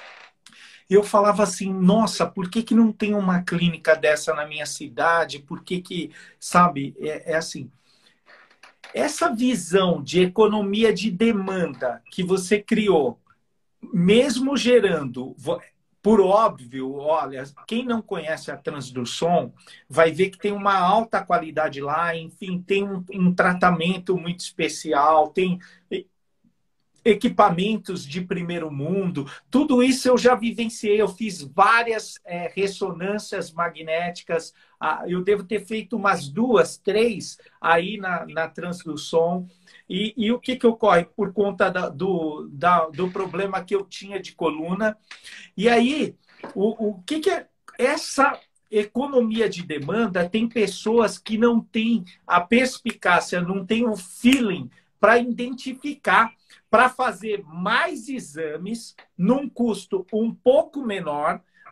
eu falava assim, nossa, por que que não tem uma clínica dessa na minha cidade? Por que que, sabe, é, é assim... Essa visão de economia de demanda que você criou, mesmo gerando... Por óbvio, olha, quem não conhece a Transdução vai ver que tem uma alta qualidade lá, enfim, tem um, um tratamento muito especial, tem equipamentos de primeiro mundo. Tudo isso eu já vivenciei, eu fiz várias é, ressonâncias magnéticas, eu devo ter feito umas duas, três aí na, na Transdução. E, e o que, que ocorre? Por conta da, do, da, do problema que eu tinha de coluna. E aí, o, o que, que é essa economia de demanda? Tem pessoas que não têm a perspicácia, não têm o feeling para identificar, para fazer mais exames num custo um pouco menor,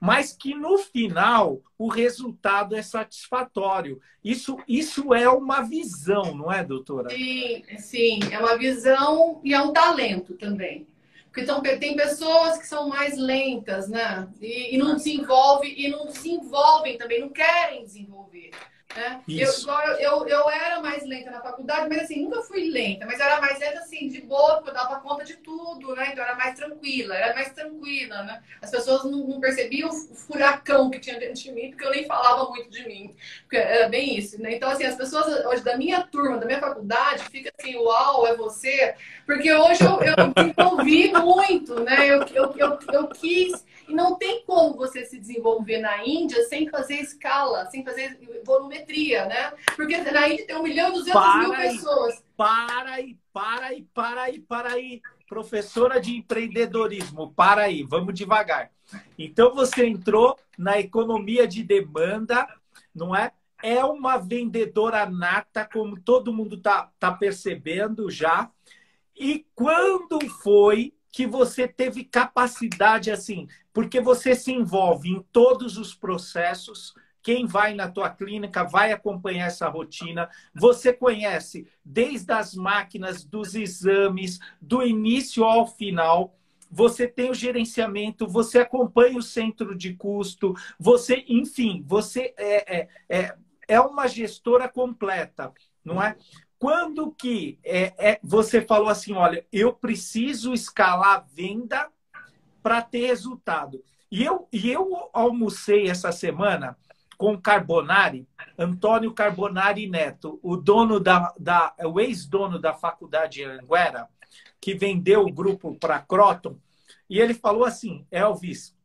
mas que no final o resultado é satisfatório. Isso, isso é uma visão, não é, doutora? Sim, sim, é uma visão e é um talento também. Porque então, tem pessoas que são mais lentas, né? E, e não desenvolvem, e não desenvolvem também, não querem desenvolver. Né? Eu, eu, eu, eu era mais lenta na faculdade, mas assim, nunca fui lenta, mas eu era mais lenta assim, de boa, porque eu dava conta de tudo, né? Então eu era mais tranquila, era mais tranquila, né? As pessoas não, não percebiam o furacão que tinha dentro de mim, porque eu nem falava muito de mim. Porque era bem isso, né? Então, assim, as pessoas hoje da minha turma, da minha faculdade, fica assim, uau, é você, porque hoje eu, eu desenvolvi muito, né? Eu, eu, eu, eu quis. E não tem como você se desenvolver na Índia sem fazer escala, sem fazer volumetria, né? Porque na Índia tem um milhão e duzentas mil pessoas. Para aí, para aí, para aí, para aí. Professora de empreendedorismo, para aí, vamos devagar. Então, você entrou na economia de demanda, não é? É uma vendedora nata, como todo mundo está tá percebendo já. E quando foi que você teve capacidade assim? Porque você se envolve em todos os processos. Quem vai na tua clínica vai acompanhar essa rotina. Você conhece desde as máquinas, dos exames, do início ao final. Você tem o gerenciamento, você acompanha o centro de custo, você, enfim, você é, é, é, é uma gestora completa, não é? Quando que é, é, você falou assim, olha, eu preciso escalar a venda para ter resultado. E eu, e eu almocei essa semana com Carbonari, Antônio Carbonari Neto, o dono da, da o ex-dono da faculdade Anguera, que vendeu o grupo para Croton, e ele falou assim, Elvis,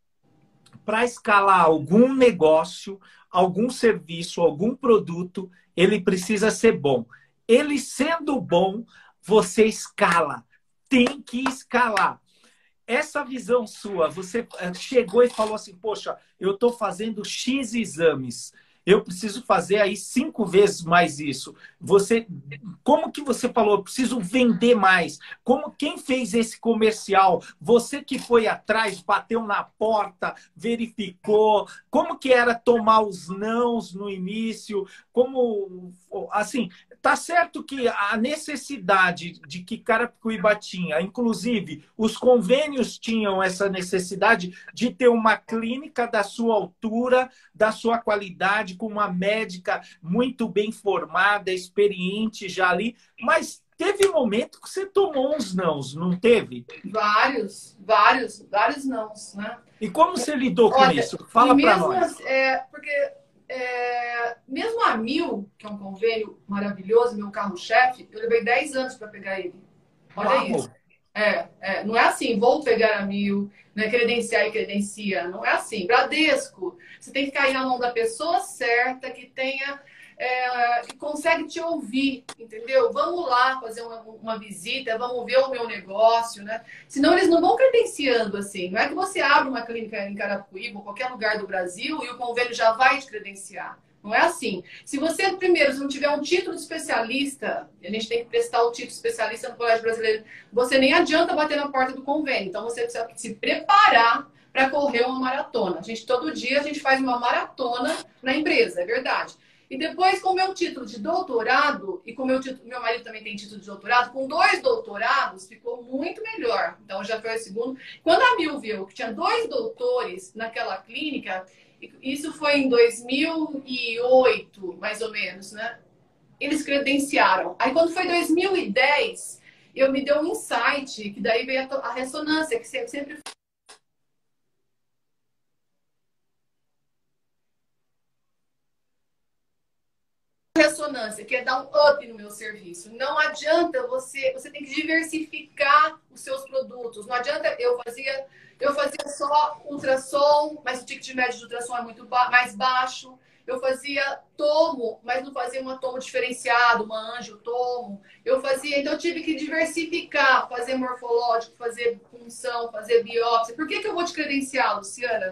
para escalar algum negócio, algum serviço, algum produto, ele precisa ser bom. Ele sendo bom, você escala. Tem que escalar. Essa visão sua, você chegou e falou assim, poxa, eu estou fazendo X exames. Eu preciso fazer aí cinco vezes mais isso. Você, como que você falou? Eu preciso vender mais. Como quem fez esse comercial? Você que foi atrás, bateu na porta, verificou. Como que era tomar os nãos no início? Como, assim, tá certo que a necessidade de que Carapicuíba tinha, inclusive os convênios tinham essa necessidade de ter uma clínica da sua altura, da sua qualidade, com uma médica muito bem formada, experiente já ali, mas teve momento que você tomou uns nãos, não teve? Vários, vários, vários nãos, né? E como você lidou com Olha, isso? Fala para mesmo, nós. É, porque é, mesmo a Mil, que é um convênio maravilhoso, meu carro-chefe, eu levei dez anos para pegar ele. Olha Uau. isso. É, é, não é assim, vou pegar a Mil, né, credenciar e credencia. Não é assim. Bradesco, você tem que cair na mão da pessoa certa, que tenha, é, que consegue te ouvir, entendeu? Vamos lá fazer uma, uma visita, vamos ver o meu negócio, né? Senão eles não vão credenciando assim. Não é que você abre uma clínica em Carapicuíba ou qualquer lugar do Brasil e o convênio já vai te credenciar. Não é assim. Se você, primeiro, se não tiver um título de especialista, a gente tem que prestar o título de especialista no Colégio Brasileiro, você nem adianta bater na porta do convênio. Então, você precisa se preparar para correr uma maratona. A gente, todo dia, a gente faz uma maratona na empresa, é verdade. E depois, com o meu título de doutorado, e com o meu título, meu marido também tem título de doutorado, com dois doutorados, ficou muito melhor. Então, já foi o segundo. Quando a Mil viu que tinha dois doutores naquela clínica, isso foi em dois mil e oito, mais ou menos, né? Eles credenciaram. Aí, quando foi dois mil e dez, eu me deu um insight, que daí veio a, a ressonância, que sempre, sempre ressonância, que é dar um up no meu serviço. Não adianta você, você tem que diversificar os seus produtos. Não adianta, eu fazia, eu fazia só ultrassom, mas o ticket médio de ultrassom é muito ba mais baixo. Eu fazia tomo, mas não fazia uma tomo diferenciado, uma anjo tomo. Eu fazia, então eu tive que diversificar, fazer morfológico, fazer punção, fazer biópsia. Por que que eu vou te credenciar, Luciana?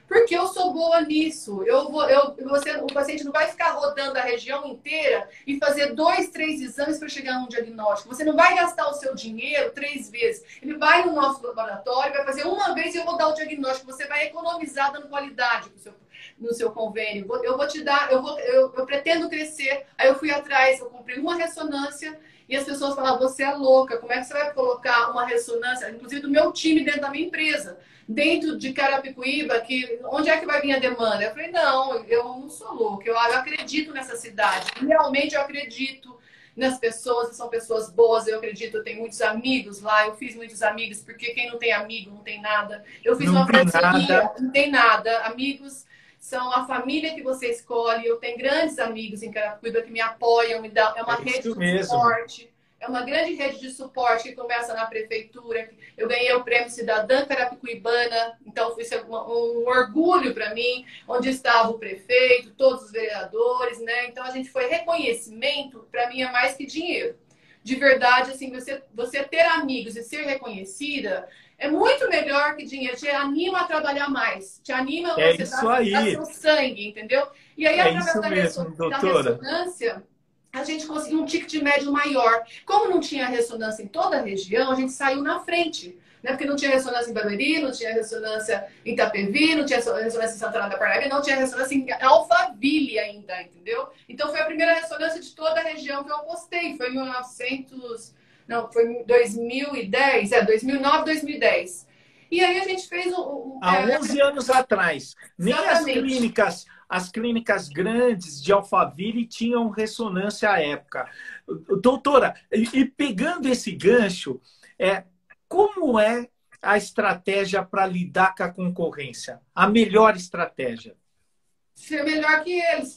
Porque eu sou boa nisso. Eu vou, eu, você, o paciente não vai ficar rodando a região inteira e fazer dois, três exames para chegar a um diagnóstico. Você não vai gastar o seu dinheiro três vezes. Ele vai no nosso laboratório, vai fazer uma vez e eu vou dar o diagnóstico. Você vai economizar dando qualidade no seu, no seu convênio. Eu vou te dar, eu, vou, eu, eu pretendo crescer. Aí eu fui atrás, eu comprei uma ressonância e as pessoas falavam, você é louca, como é que você vai colocar uma ressonância, inclusive do meu time dentro da minha empresa, dentro de Carapicuíba, que, onde é que vai vir a demanda? Eu falei, não, eu não sou louca, eu, eu acredito nessa cidade, realmente eu acredito nas pessoas, são pessoas boas, eu acredito, eu tenho muitos amigos lá, eu fiz muitos amigos, porque quem não tem amigo não tem nada. Eu fiz Não uma tem parceria, nada. não tem nada, amigos são a família que você escolhe. Eu tenho grandes amigos em Carapicuíba que me apoiam, me dão, é uma É rede isso de mesmo. suporte. É uma grande rede de suporte que começa na prefeitura. Eu ganhei o prêmio Cidadã Carapicuibana, então foi um orgulho para mim, onde estava o prefeito, todos os vereadores, né? Então a gente foi reconhecimento, para mim é mais que dinheiro. De verdade, assim, você, você ter amigos e ser reconhecida é muito melhor que dinheiro. Te anima a trabalhar mais, te anima a É você isso dar, dar aí. seu sangue, entendeu? E aí, É através isso da, mesmo, resso, da doutora. ressonância, a gente conseguiu um ticket médio maior. Como não tinha ressonância em toda a região, a gente saiu na frente. Né? Porque não tinha ressonância em Barueri, não tinha ressonância em Itapevi, não tinha ressonância em Santana da Parnaíba, não tinha ressonância em Alphaville ainda, entendeu? Então foi a primeira ressonância de toda a região que eu apostei. Foi em mil e novecentos... Não, foi em dois mil e dez. É, dois mil e nove, dois mil e dez. E aí a gente fez um... um Há é, onze anos atrás. Nem as exatamente. clínicas, as clínicas grandes de Alphaville tinham ressonância à época. Doutora, e, e pegando esse gancho, é, como é a estratégia para lidar com a concorrência? A melhor estratégia? Ser melhor que eles.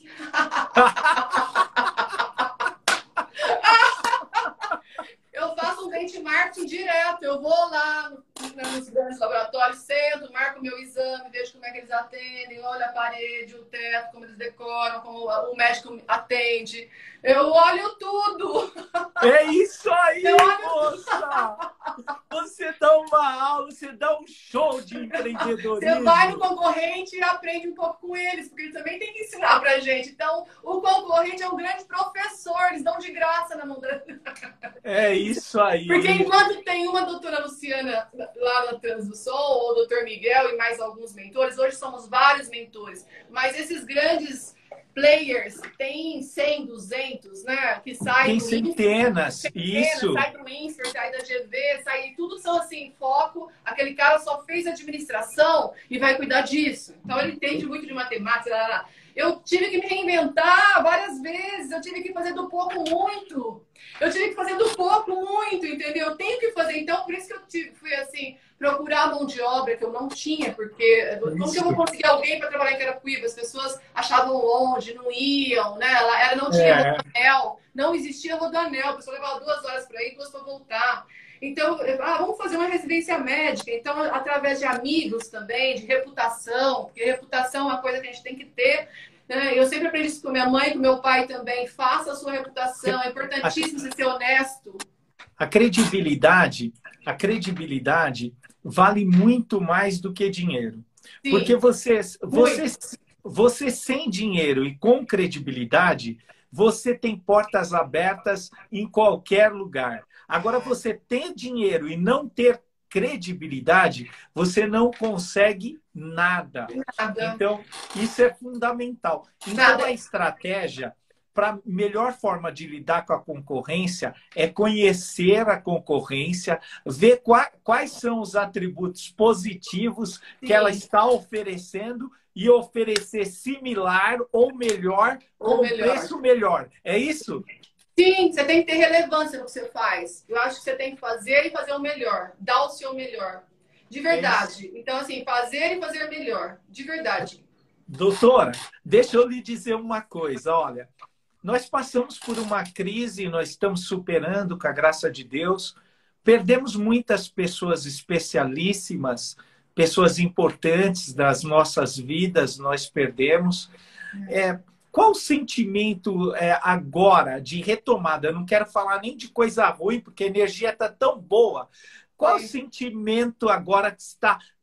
Eu faço um benchmarking direto. Eu vou lá nos grandes laboratórios, sento, marco meu exame, vejo como é que eles atendem, olho a parede, o teto, como eles decoram, como o médico atende. Eu olho tudo. É isso aí, Eu olho moça! Você dá uma aula, você dá um show de empreendedorismo. Você vai no concorrente e aprende um pouco com eles, porque eles também têm que ensinar pra gente. Então, o concorrente é um grande professor, eles dão de graça na mão da... É isso aí. Porque enquanto tem uma doutora Luciana lá na Transdução, ou o doutor Miguel e mais alguns mentores, hoje somos vários mentores, mas esses grandes players tem cem, duzentos, né? Que saem Tem do centenas, Infer, isso. Sai do Infer, sai da G V, sai... Tudo são assim, foco. Aquele cara só fez administração e vai cuidar disso. Então ele entende muito de matemática. Lá, lá. Eu tive que me reinventar várias vezes. Eu tive que fazer do pouco muito. Eu tive que fazer do pouco muito, entendeu? Eu tenho que fazer. Então, por isso que eu tive, fui assim, procurar mão de obra que eu não tinha, porque como isso. que eu vou conseguir alguém para trabalhar em Carapicuíba? As pessoas achavam longe, não iam, né? Ela não tinha É. rodoanel, não existia rodoanel. A pessoa levava duas horas para ir, duas para voltar. Então, ah, vamos fazer uma residência médica. Então, através de amigos também, de reputação, porque reputação é uma coisa que a gente tem que ter. Né? Eu sempre aprendi isso com minha mãe, com meu pai também. Faça a sua reputação, é importantíssimo você ser honesto. A credibilidade, a credibilidade vale muito mais do que dinheiro. Sim. Porque você, você, você sem dinheiro e com credibilidade, você tem portas abertas em qualquer lugar. Agora, você ter dinheiro e não ter credibilidade, você não consegue nada. nada. Então, isso é fundamental. Então, nada. A estratégia para a melhor forma de lidar com a concorrência é conhecer a concorrência, ver qua, quais são os atributos positivos Sim. que ela está oferecendo e oferecer similar ou melhor ou, ou melhor. preço melhor. É isso? Sim, você tem que ter relevância no que você faz. Eu acho que você tem que fazer e fazer o melhor. Dar o seu melhor. De verdade. É então, assim, fazer e fazer melhor. De verdade. Doutora, deixa eu lhe dizer uma coisa. Olha, nós passamos por uma crise, nós estamos superando, com a graça de Deus. Perdemos muitas pessoas especialíssimas, pessoas importantes das nossas vidas, nós perdemos. É, qual o sentimento é, agora de retomada? Eu não quero falar nem de coisa ruim, porque a energia está tão boa. Qual é. o sentimento agora que está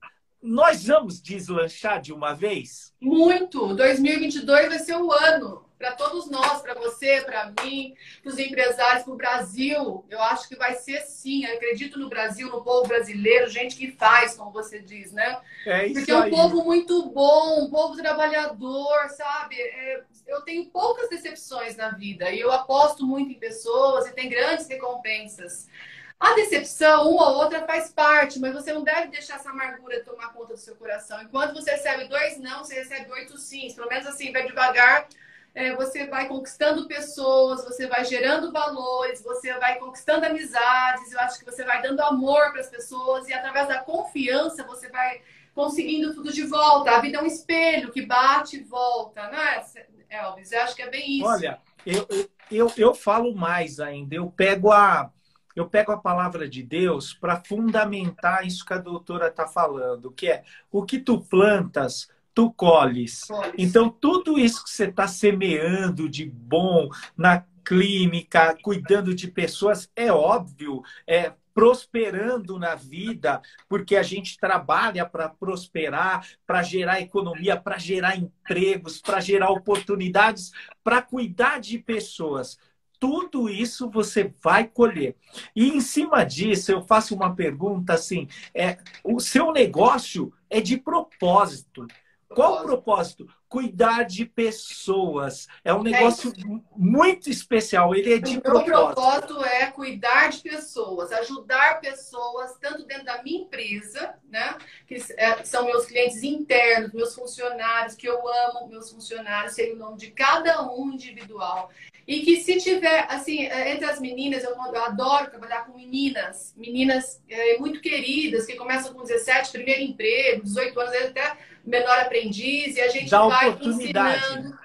nós vamos deslanchar de uma vez? Muito! dois mil e vinte e dois vai ser o ano para todos nós, para você, para mim, para os empresários, para o Brasil. Eu acho que vai ser sim. Eu acredito no Brasil, no povo brasileiro, gente que faz, como você diz, né? É isso. Porque é um aí. povo muito bom, um povo trabalhador, sabe? É, eu tenho poucas decepções na vida e eu aposto muito em pessoas e tem grandes recompensas. A decepção, uma ou outra, faz parte, mas você não deve deixar essa amargura tomar conta do seu coração. Enquanto você recebe dois não, você recebe oito sims. Pelo menos assim, vai devagar, é, você vai conquistando pessoas, você vai gerando valores, você vai conquistando amizades. Eu acho que você vai dando amor para as pessoas e através da confiança você vai conseguindo tudo de volta. A vida é um espelho que bate e volta, não é, Elvis? Eu acho que é bem isso. Olha, eu, eu, eu, eu falo mais ainda. Eu pego a... Eu pego a palavra de Deus para fundamentar isso que a doutora está falando, que é o que tu plantas, tu colhes. Colhes. Então, tudo isso que você está semeando de bom na clínica, cuidando de pessoas, é óbvio, é prosperando na vida, porque a gente trabalha para prosperar, para gerar economia, para gerar empregos, para gerar oportunidades, para cuidar de pessoas. Tudo isso você vai colher. E em cima disso, eu faço uma pergunta assim: é, o seu negócio é de propósito. Qual o propósito? Cuidar de pessoas. É um negócio é muito especial. Ele é de o propósito. O meu propósito é cuidar de pessoas, ajudar pessoas, tanto dentro da minha empresa, né? Que são meus clientes internos, meus funcionários, que eu amo meus funcionários, sei o nome de cada um individual. E que se tiver, assim, entre as meninas, eu, eu adoro trabalhar com meninas, meninas é, muito queridas, que começam com dezessete, primeiro emprego, dezoito anos, até menor aprendiz, e a gente Dá vai oportunidade. ensinando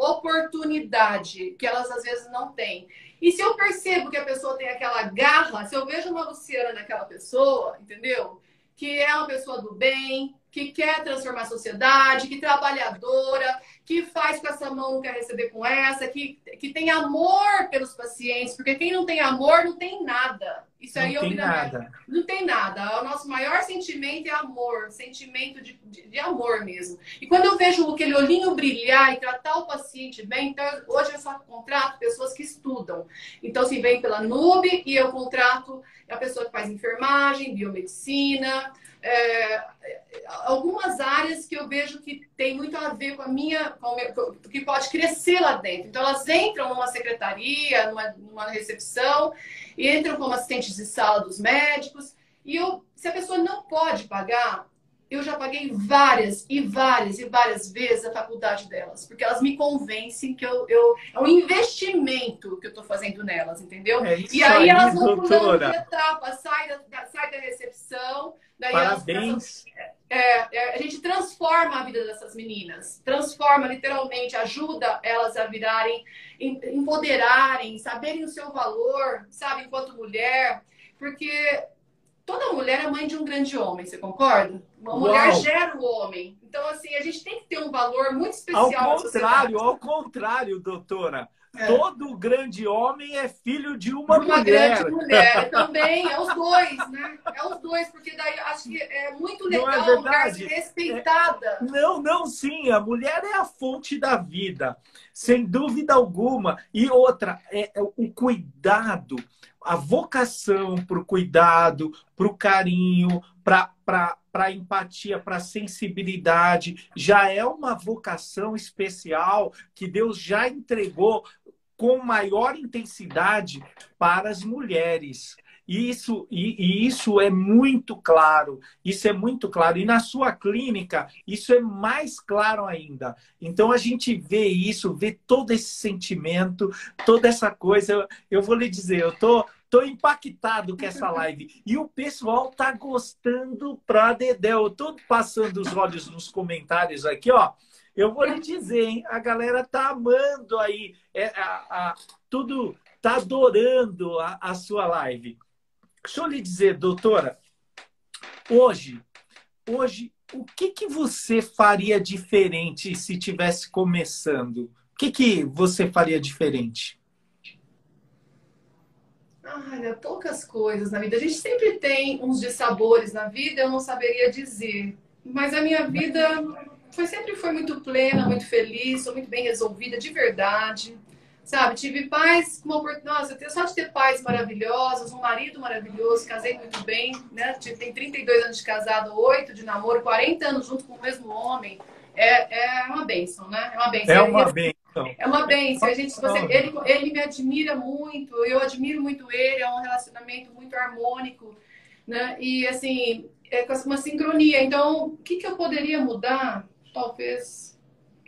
oportunidade, que elas às vezes não têm. E se eu percebo que a pessoa tem aquela garra, se eu vejo uma Luciana naquela pessoa, entendeu? Que é uma pessoa do bem, que quer transformar a sociedade, que é trabalhadora, que faz com essa mão, não quer receber com essa, que, que tem amor pelos pacientes, porque quem não tem amor não tem nada. Isso aí não eu tem nada. Não tem nada. O nosso maior sentimento é amor, sentimento de, de, de amor mesmo. E quando eu vejo aquele olhinho brilhar e tratar o paciente bem, então hoje eu só contrato pessoas que estudam. Então, assim, vem pela Nube e eu contrato a pessoa que faz enfermagem, biomedicina, é, algumas áreas que eu vejo que tem muito a ver com a minha, com o meu, que pode crescer lá dentro. Então, elas entram numa secretaria, numa, numa recepção, e entram como assistentes de sala dos médicos. E eu, se a pessoa não pode pagar, eu já paguei várias e várias e várias vezes a faculdade delas, porque elas me convencem que eu, eu é um investimento que eu estou fazendo nelas, entendeu? É isso e aí, aí elas vão pulando doutora. de etapa, sai da, sai da recepção, daí Parabéns. Elas, é, é, a gente transforma a vida dessas meninas, transforma literalmente, ajuda elas a virarem, empoderarem, saberem o seu valor, sabe, enquanto mulher, porque toda mulher é mãe de um grande homem, você concorda? Uma Uau. Mulher gera o homem. Então, assim, a gente tem que ter um valor muito especial. Ao contrário, ao contrário, doutora. É. Todo grande homem é filho de uma, uma mulher. grande mulher também, é os dois, né? É os dois, porque daí acho que é muito legal não é a mulher ser respeitada. É, não, não, sim, a mulher é a fonte da vida, sem dúvida alguma. E outra, é, é o cuidado, a vocação para o cuidado, para o carinho, para a empatia, para a sensibilidade, já é uma vocação especial que Deus já entregou com maior intensidade para as mulheres. Isso, e, e isso é muito claro, isso é muito claro. E na sua clínica, isso é mais claro ainda. Então, a gente vê isso, vê todo esse sentimento, toda essa coisa. Eu, eu vou lhe dizer, eu tô, tô impactado com essa live. E o pessoal tá gostando pra dedé. Eu tô passando os olhos nos comentários aqui, ó. Eu vou lhe dizer, hein? A galera tá amando aí, é, a, a, tudo, tá adorando a, a sua live. Deixa eu lhe dizer, doutora, hoje, hoje, o que, que você faria diferente se estivesse começando? O que, que você faria diferente? Olha, poucas coisas na vida. A gente sempre tem uns dissabores na vida, eu não saberia dizer. mas a minha vida foi, sempre foi muito plena, muito feliz, sou muito bem resolvida, de verdade. Sabe, tive pais, uma oportunidade, nossa, eu tenho só de ter pais maravilhosos, um marido maravilhoso, casei muito bem, né? Tem trinta e dois anos de casado, oito de namoro, quarenta anos junto com o mesmo homem. É, é uma bênção, né? É uma bênção. É uma bênção. É uma bênção. A gente, você, ele, ele me admira muito, eu admiro muito ele, é um relacionamento muito harmônico, né? E, assim, é com uma sincronia. Então, o que, que eu poderia mudar? Talvez,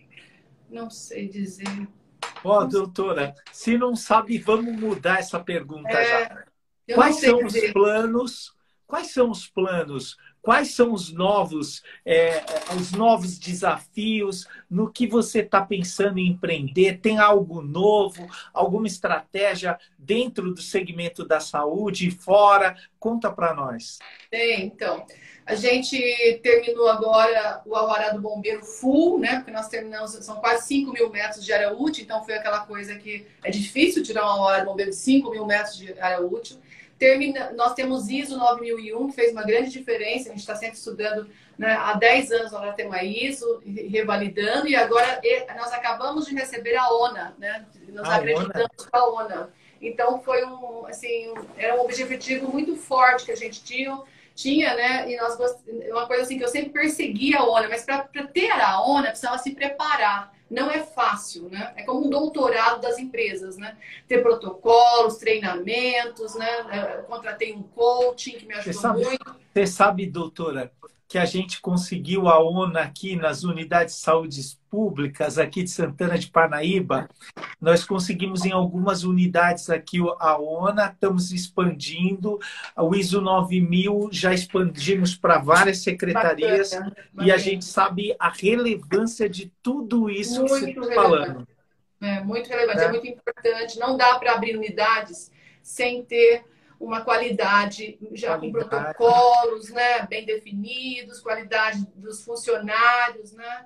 não sei dizer. Ó, oh, doutora, se não sabe, vamos mudar essa pergunta é, já. Quais são dizer. os planos? Quais são os planos? Quais são os novos, é, os novos desafios? No que você está pensando em empreender? Tem algo novo? Alguma estratégia dentro do segmento da saúde e fora? Conta para nós. Tem, então. A gente terminou agora o Alvará do Bombeiro full, né? Porque nós terminamos, são quase cinco mil metros de área útil, então foi aquela coisa que é difícil tirar um Alvará do Bombeiro de cinco mil metros de área útil. Termina, nós temos I S O nove mil e um, que fez uma grande diferença, a gente está sempre estudando, né? Há dez anos nós já temos a I S O, revalidando, e agora nós acabamos de receber a ONA, né? Nós a acreditamos ONA. com a ONA. Então foi um, assim, era um objetivo muito forte que a gente tinha, tinha, né? E nós uma coisa assim que eu sempre persegui a ONA, mas para ter a ONA precisava se preparar. Não é fácil, né? É como um doutorado das empresas, né? Ter protocolos, treinamentos, né? Eu contratei um coaching que me ajudou você sabe, muito. Você sabe, doutora, que a gente conseguiu a ONA aqui nas unidades de saúde públicas aqui de Santana de Parnaíba. Nós conseguimos em algumas unidades aqui a ONA, estamos expandindo. O I S O nove mil já expandimos para várias secretarias. Bacana, bacana. E a gente sabe a relevância de tudo isso muito que você está falando. É muito relevante, é, é muito importante. Não dá para abrir unidades sem ter uma qualidade já qualidade. com protocolos, né, bem definidos, qualidade dos funcionários, né?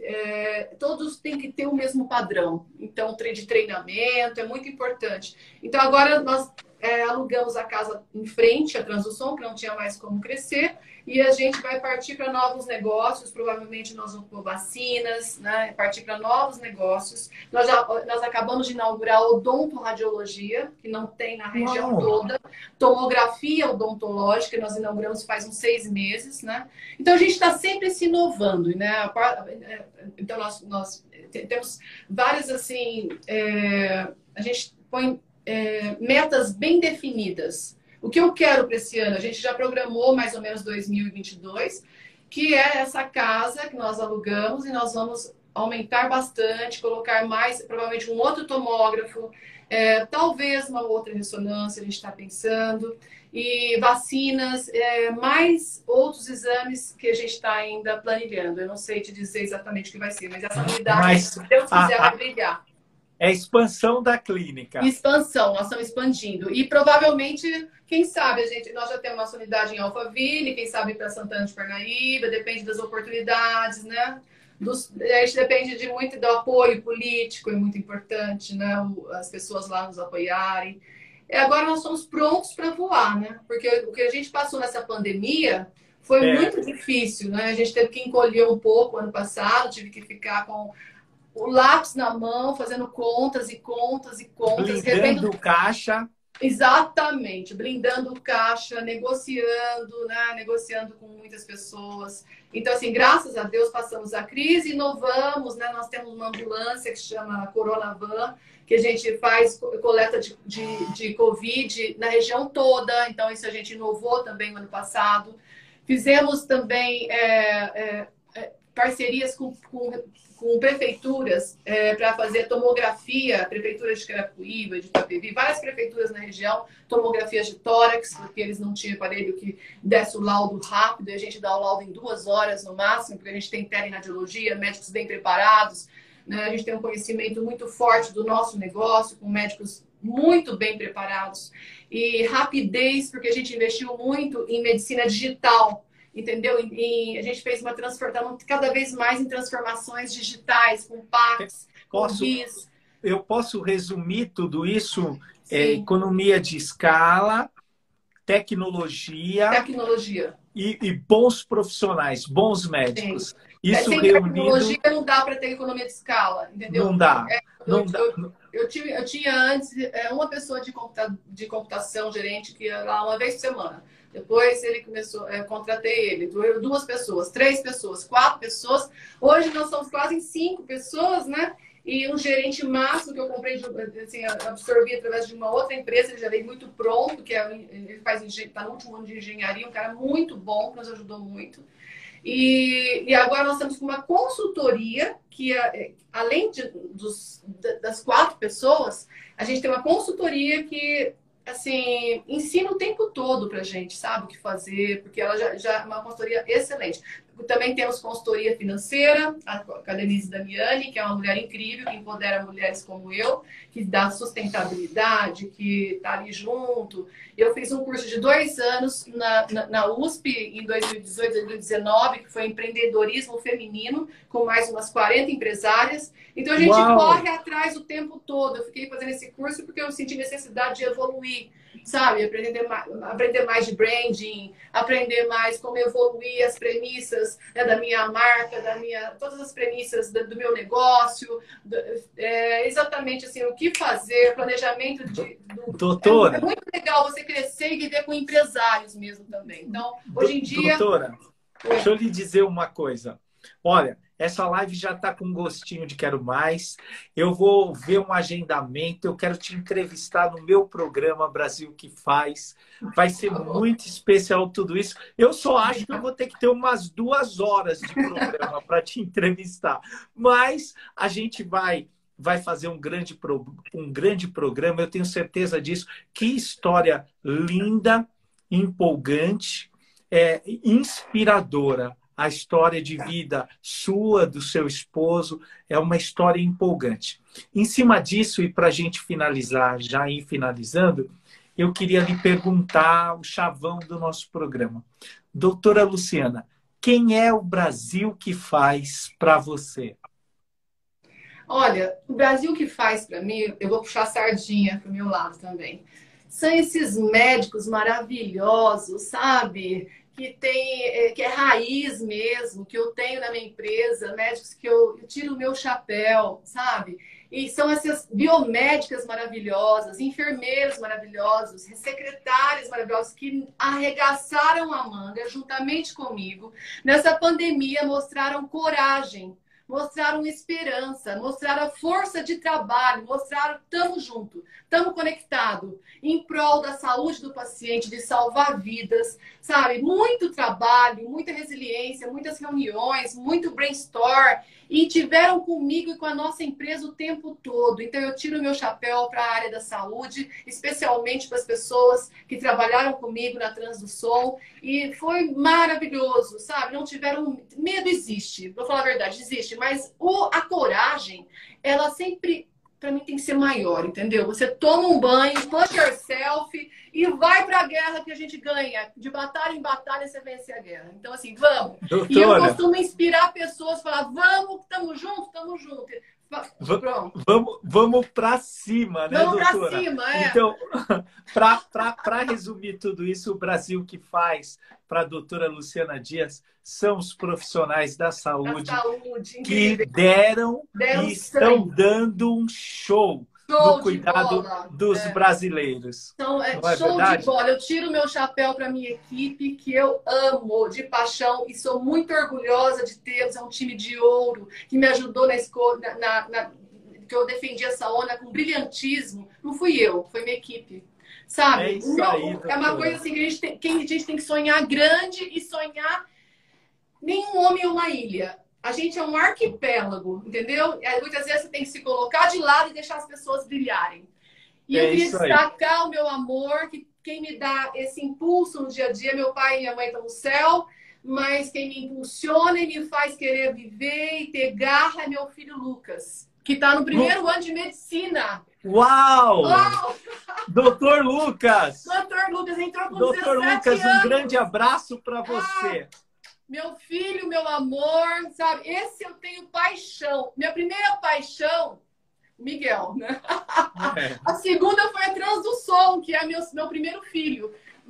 É, todos têm que ter o mesmo padrão. Então, de treinamento é muito importante. Então, agora nós é, alugamos a casa em frente à Transulsom, que não tinha mais como crescer, e a gente vai partir para novos negócios. Provavelmente nós vamos pôr vacinas, né? Partir para novos negócios. Nós, já, nós acabamos de inaugurar odontorradiologia, que não tem na região Uau. toda. Tomografia odontológica, nós inauguramos faz uns seis meses, né? Então a gente está sempre se inovando, né? Então nós, nós temos várias assim, é, a gente põe é, metas bem definidas. O que eu quero para esse ano? A gente já programou mais ou menos dois mil e vinte e dois, que é essa casa que nós alugamos e nós vamos aumentar bastante, colocar mais, provavelmente um outro tomógrafo, é, talvez uma outra ressonância, a gente está pensando, e vacinas, é, mais outros exames que a gente está ainda planilhando. Eu não sei te dizer exatamente o que vai ser, mas essa unidade, mas, se Deus quiser, a, vai brilhar. É a expansão da clínica. Expansão, nós estamos expandindo. E provavelmente, quem sabe, a gente, nós já temos nossa unidade em Alphaville, quem sabe para Santana de Parnaíba, depende das oportunidades, né? Dos, a gente depende de muito do apoio político, é muito importante, né? As pessoas lá nos apoiarem. E agora nós estamos prontos para voar, né? Porque o que a gente passou nessa pandemia foi é. muito difícil, né? A gente teve que encolher um pouco ano passado, tive que ficar com o lápis na mão, fazendo contas e contas e contas. Blindando o caixa. Exatamente, blindando o caixa, negociando, né? Negociando com muitas pessoas. Então, assim, graças a Deus passamos a crise, inovamos, né? Nós temos uma ambulância que chama Coronavan, que a gente faz coleta de, de, de Covid na região toda. Então, isso a gente inovou também no ano passado. Fizemos também é, é, parcerias com, com com prefeituras é, para fazer tomografia, prefeitura de Carapicuíba, de Itapevi, várias prefeituras na região, tomografias de tórax, porque eles não tinham aparelho que desse o laudo rápido, e a gente dá o laudo em duas horas no máximo, porque a gente tem teleradiologia, médicos bem preparados, né? A gente tem um conhecimento muito forte do nosso negócio, com médicos muito bem preparados, e rapidez, porque a gente investiu muito em medicina digital, entendeu? E a gente fez uma transformação cada vez mais em transformações digitais, com Pax, posso, com R I S. Eu posso resumir tudo isso? É, economia de escala, tecnologia, tecnologia. E, e bons profissionais, bons médicos. Sim. Isso Sem reunido... tecnologia não dá para ter economia de escala, entendeu? Não dá. É, não eu, dá. Eu, eu, tinha, eu tinha antes uma pessoa de, computa, de computação, gerente, que ia lá uma vez por semana. Depois ele começou, eu contratei ele, duas pessoas, três pessoas, quatro pessoas. Hoje nós somos quase em cinco pessoas, né? E um gerente máximo que eu comprei, assim, absorvi através de uma outra empresa, ele já veio muito pronto, que é, ele faz está no último ano de engenharia, um cara muito bom, que nos ajudou muito. E, e agora nós estamos com uma consultoria que, além de, dos, das quatro pessoas, a gente tem uma consultoria que, assim, ensina o tempo todo pra gente, sabe, o que fazer, porque ela já, já é uma consultoria excelente. Também temos consultoria financeira, a Denise Damiani, que é uma mulher incrível, que empodera mulheres como eu, que dá sustentabilidade, que está ali junto. Eu fiz um curso de dois anos na, na, na U S P em dois mil e dezoito, dois mil e dezenove, que foi empreendedorismo feminino, com mais umas quarenta empresárias. Então a gente Uau. corre atrás o tempo todo. Eu fiquei fazendo esse curso porque eu senti necessidade de evoluir, sabe? Aprender mais, aprender mais de branding, aprender mais como evoluir as premissas, né, da minha marca, da minha, todas as premissas do, do meu negócio, do, é, exatamente assim, o que fazer, planejamento de... Do, Doutora! É, é muito legal você crescer e viver com empresários mesmo também. Então, hoje em dia... Doutora, deixa eu lhe dizer uma coisa. Olha, essa live já está com gostinho de quero mais. Eu vou ver um agendamento. Eu quero te entrevistar no meu programa Brasil que Faz. Vai ser muito especial tudo isso. Eu só acho que eu vou ter que ter umas duas horas de programa para te entrevistar. Mas a gente vai, vai fazer um grande, pro, um grande programa. Eu tenho certeza disso. Que história linda, empolgante, é, inspiradora. A história de vida sua, do seu esposo, é uma história empolgante. Em cima disso, e para a gente finalizar, já ir finalizando, eu queria lhe perguntar o chavão do nosso programa. Doutora Luciana, quem é o Brasil que Faz para você? Olha, o Brasil que Faz para mim, eu vou puxar a sardinha para o meu lado também. São esses médicos maravilhosos, sabe? Que tem, que é raiz mesmo, que eu tenho na minha empresa, médicos que eu, eu tiro o meu chapéu, sabe? E são essas biomédicas maravilhosas, enfermeiros maravilhosos, secretários maravilhosos que arregaçaram a manga juntamente comigo. Nessa pandemia mostraram coragem, mostraram esperança, mostraram a força de trabalho, mostraram estamos juntos, estamos conectados, em prol da saúde do paciente, de salvar vidas, sabe? Muito trabalho, muita resiliência, muitas reuniões, muito brainstorm, e tiveram comigo e com a nossa empresa o tempo todo. Então eu tiro o meu chapéu para a área da saúde, especialmente para as pessoas que trabalharam comigo na Trans do Sol, e foi maravilhoso, sabe? Não tiveram... Medo existe, vou falar a verdade, existe, mas o, a coragem, ela sempre, para mim, tem que ser maior, entendeu? Você toma um banho, push yourself e vai para a guerra que a gente ganha. De batalha em batalha, você vence a guerra. Então, assim, vamos. Doutora. E eu costumo inspirar pessoas, falar, vamos, estamos juntos, estamos juntos. Pronto. Vamos, vamos para cima, né, vamos doutora? Vamos para cima, é. Então, para resumir tudo isso, o Brasil que Faz para a doutora Luciana Dias são os profissionais da saúde, da saúde que deram, deram e estão dando um show, show no cuidado dos é. brasileiros. Então, é, é show verdade? de bola. Eu tiro o meu chapéu para a minha equipe, que eu amo de paixão e sou muito orgulhosa de tê-los. É um time de ouro que me ajudou na escola, na, na, na, que eu defendi essa onda com brilhantismo. Não fui eu, foi minha equipe. Sabe? É, isso aí, é uma coisa assim que a gente tem, que a gente tem que sonhar grande e sonhar. Nenhum homem é uma ilha. A gente é um arquipélago, entendeu? E muitas vezes você tem que se colocar de lado e deixar as pessoas brilharem. E é eu queria destacar aí. o meu amor, que quem me dá esse impulso no dia a dia, meu pai e minha mãe estão no céu, mas quem me impulsiona e me faz querer viver e ter garra é meu filho Lucas, que está no primeiro Lu... ano de medicina. Uau! Uau! Doutor Lucas! Doutor Lucas entrou com Doutor Lucas, anos. um grande abraço para você. Ah, meu filho, meu amor, sabe? Esse eu tenho paixão. Minha primeira paixão, Miguel, né? É. A segunda foi a Trans do Sol, que é meu, meu primeiro filho.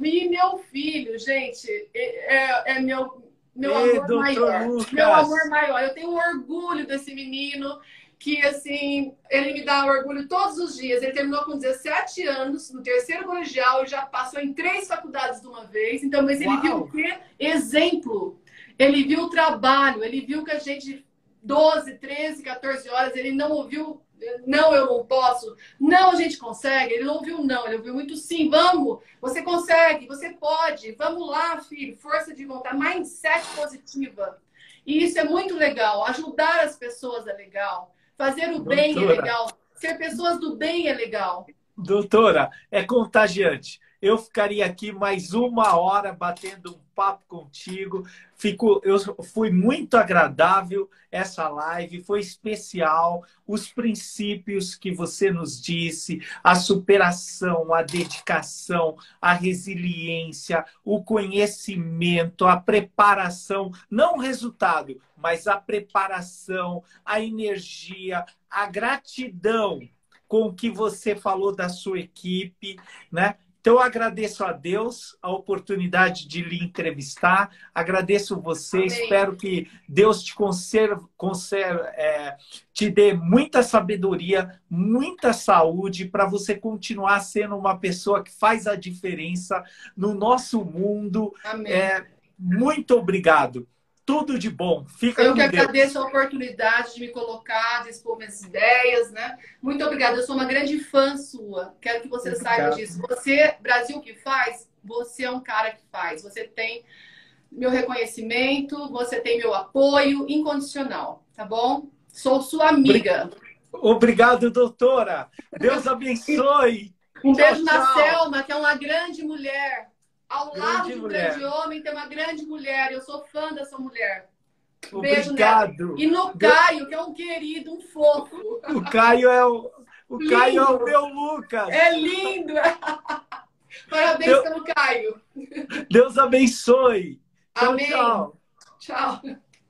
E meu filho, gente, é, é meu, meu Ei, amor doutor maior. Lucas. Meu amor maior. Eu tenho orgulho desse menino, que, assim, ele me dá orgulho todos os dias. Ele terminou com dezessete anos, no terceiro colegial, e já passou em três faculdades de uma vez. Então, mas ele viu Uau. o quê? Exemplo. Ele viu o trabalho, ele viu que a gente, doze, treze, quatorze horas, ele não ouviu, não, eu não posso, não, a gente consegue. Ele não ouviu não, ele ouviu muito sim, vamos, você consegue, você pode, vamos lá, filho, força de vontade, mindset positiva. E isso é muito legal, ajudar as pessoas é legal, fazer o bem é Doutora. legal, ser pessoas do bem é legal. Doutora, é contagiante. Eu ficaria aqui mais uma hora batendo um papo contigo. Fico, eu fui muito agradável essa live, foi especial. Os princípios que você nos disse, a superação, a dedicação, a resiliência, o conhecimento, a preparação, não o resultado, mas a preparação, a energia, a gratidão com o que você falou da sua equipe, né? Então, eu agradeço a Deus a oportunidade de lhe entrevistar, agradeço você, Amém. Espero que Deus te conserve, conserve é, te dê muita sabedoria, muita saúde, para você continuar sendo uma pessoa que faz a diferença no nosso mundo. Amém. É, muito obrigado. Tudo de bom. Fica Eu com que Deus. agradeço a oportunidade de me colocar, de expor minhas ideias, né? Muito obrigada. Eu sou uma grande fã sua. Quero que você Obrigado. saiba disso. Você, Brasil que faz, você é um cara que faz. Você tem meu reconhecimento, você tem meu apoio incondicional, tá bom? Sou sua amiga. Obrigado, doutora. Deus abençoe. Um Tchau, beijo na tchau. Selma, que é uma grande mulher. Ao Grande lado de um mulher. grande homem tem uma grande mulher. Eu sou fã dessa mulher. Um beijo Obrigado. nela. E no Caio, que é um querido, um fofo. O Caio é o, o Lindo. Caio é o meu Lucas. É lindo. Parabéns Deus, pelo Caio. Deus abençoe. Tchau, Amém. tchau. Tchau.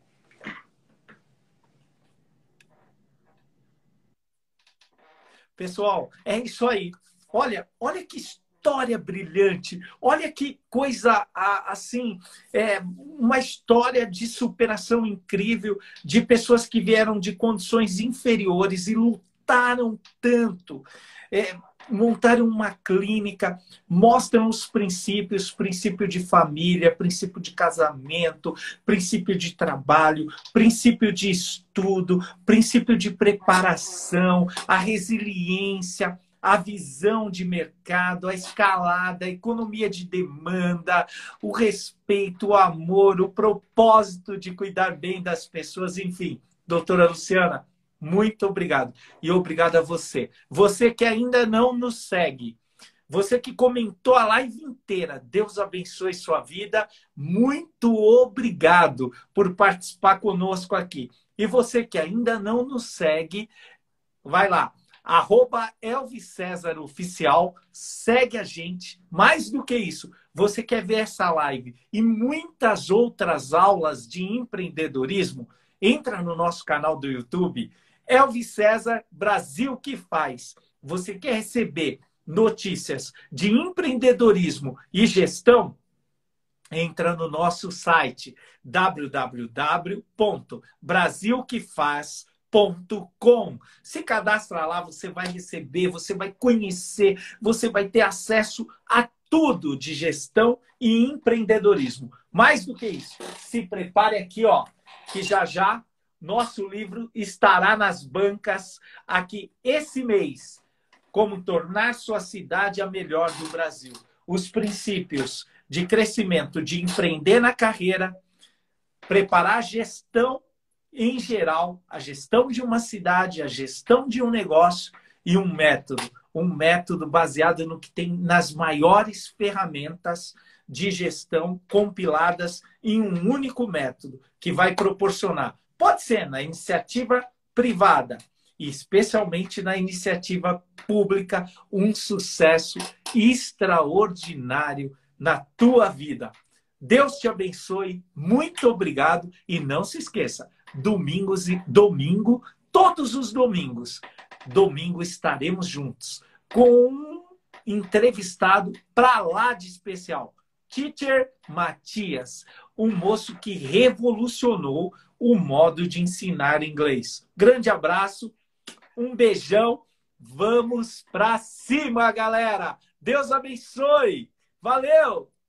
Pessoal, é isso aí. Olha, olha que história brilhante. Olha que coisa assim, é uma história de superação incrível de pessoas que vieram de condições inferiores e lutaram tanto. É, montaram uma clínica, mostram os princípios, princípio de família, princípio de casamento, princípio de trabalho, princípio de estudo, princípio de preparação, a resiliência, a visão de mercado, a escalada, a economia de demanda, o respeito, o amor, o propósito de cuidar bem das pessoas, enfim. Doutora Luciana, muito obrigado. E obrigado a você. Você que ainda não nos segue, você que comentou a live inteira, Deus abençoe sua vida. Muito obrigado por participar conosco aqui. E você que ainda não nos segue, vai lá. Arroba Elvis César Oficial, segue a gente. Mais do que isso, você quer ver essa live e muitas outras aulas de empreendedorismo? Entra no nosso canal do YouTube, Elvis César Brasil que faz. Você quer receber notícias de empreendedorismo e gestão? Entra no nosso site w w w ponto brasil que faz ponto com. Se cadastra lá, você vai receber, você vai conhecer, você vai ter acesso a tudo de gestão e empreendedorismo. Mais do que isso, se prepare aqui, ó, que já já nosso livro estará nas bancas aqui esse mês. Como tornar sua cidade a melhor do Brasil. Os princípios de crescimento, de empreender na carreira, preparar a gestão em geral, a gestão de uma cidade, a gestão de um negócio e um método. Um método baseado no que tem nas maiores ferramentas de gestão compiladas em um único método que vai proporcionar. Pode ser na iniciativa privada e especialmente na iniciativa pública, um sucesso extraordinário na tua vida. Deus te abençoe, muito obrigado e não se esqueça, domingos e domingo, todos os domingos, domingo estaremos juntos com entrevistado para lá de especial. Teacher Matias, um moço que revolucionou o modo de ensinar inglês. Grande abraço, um beijão, vamos para cima, galera! Deus abençoe! Valeu!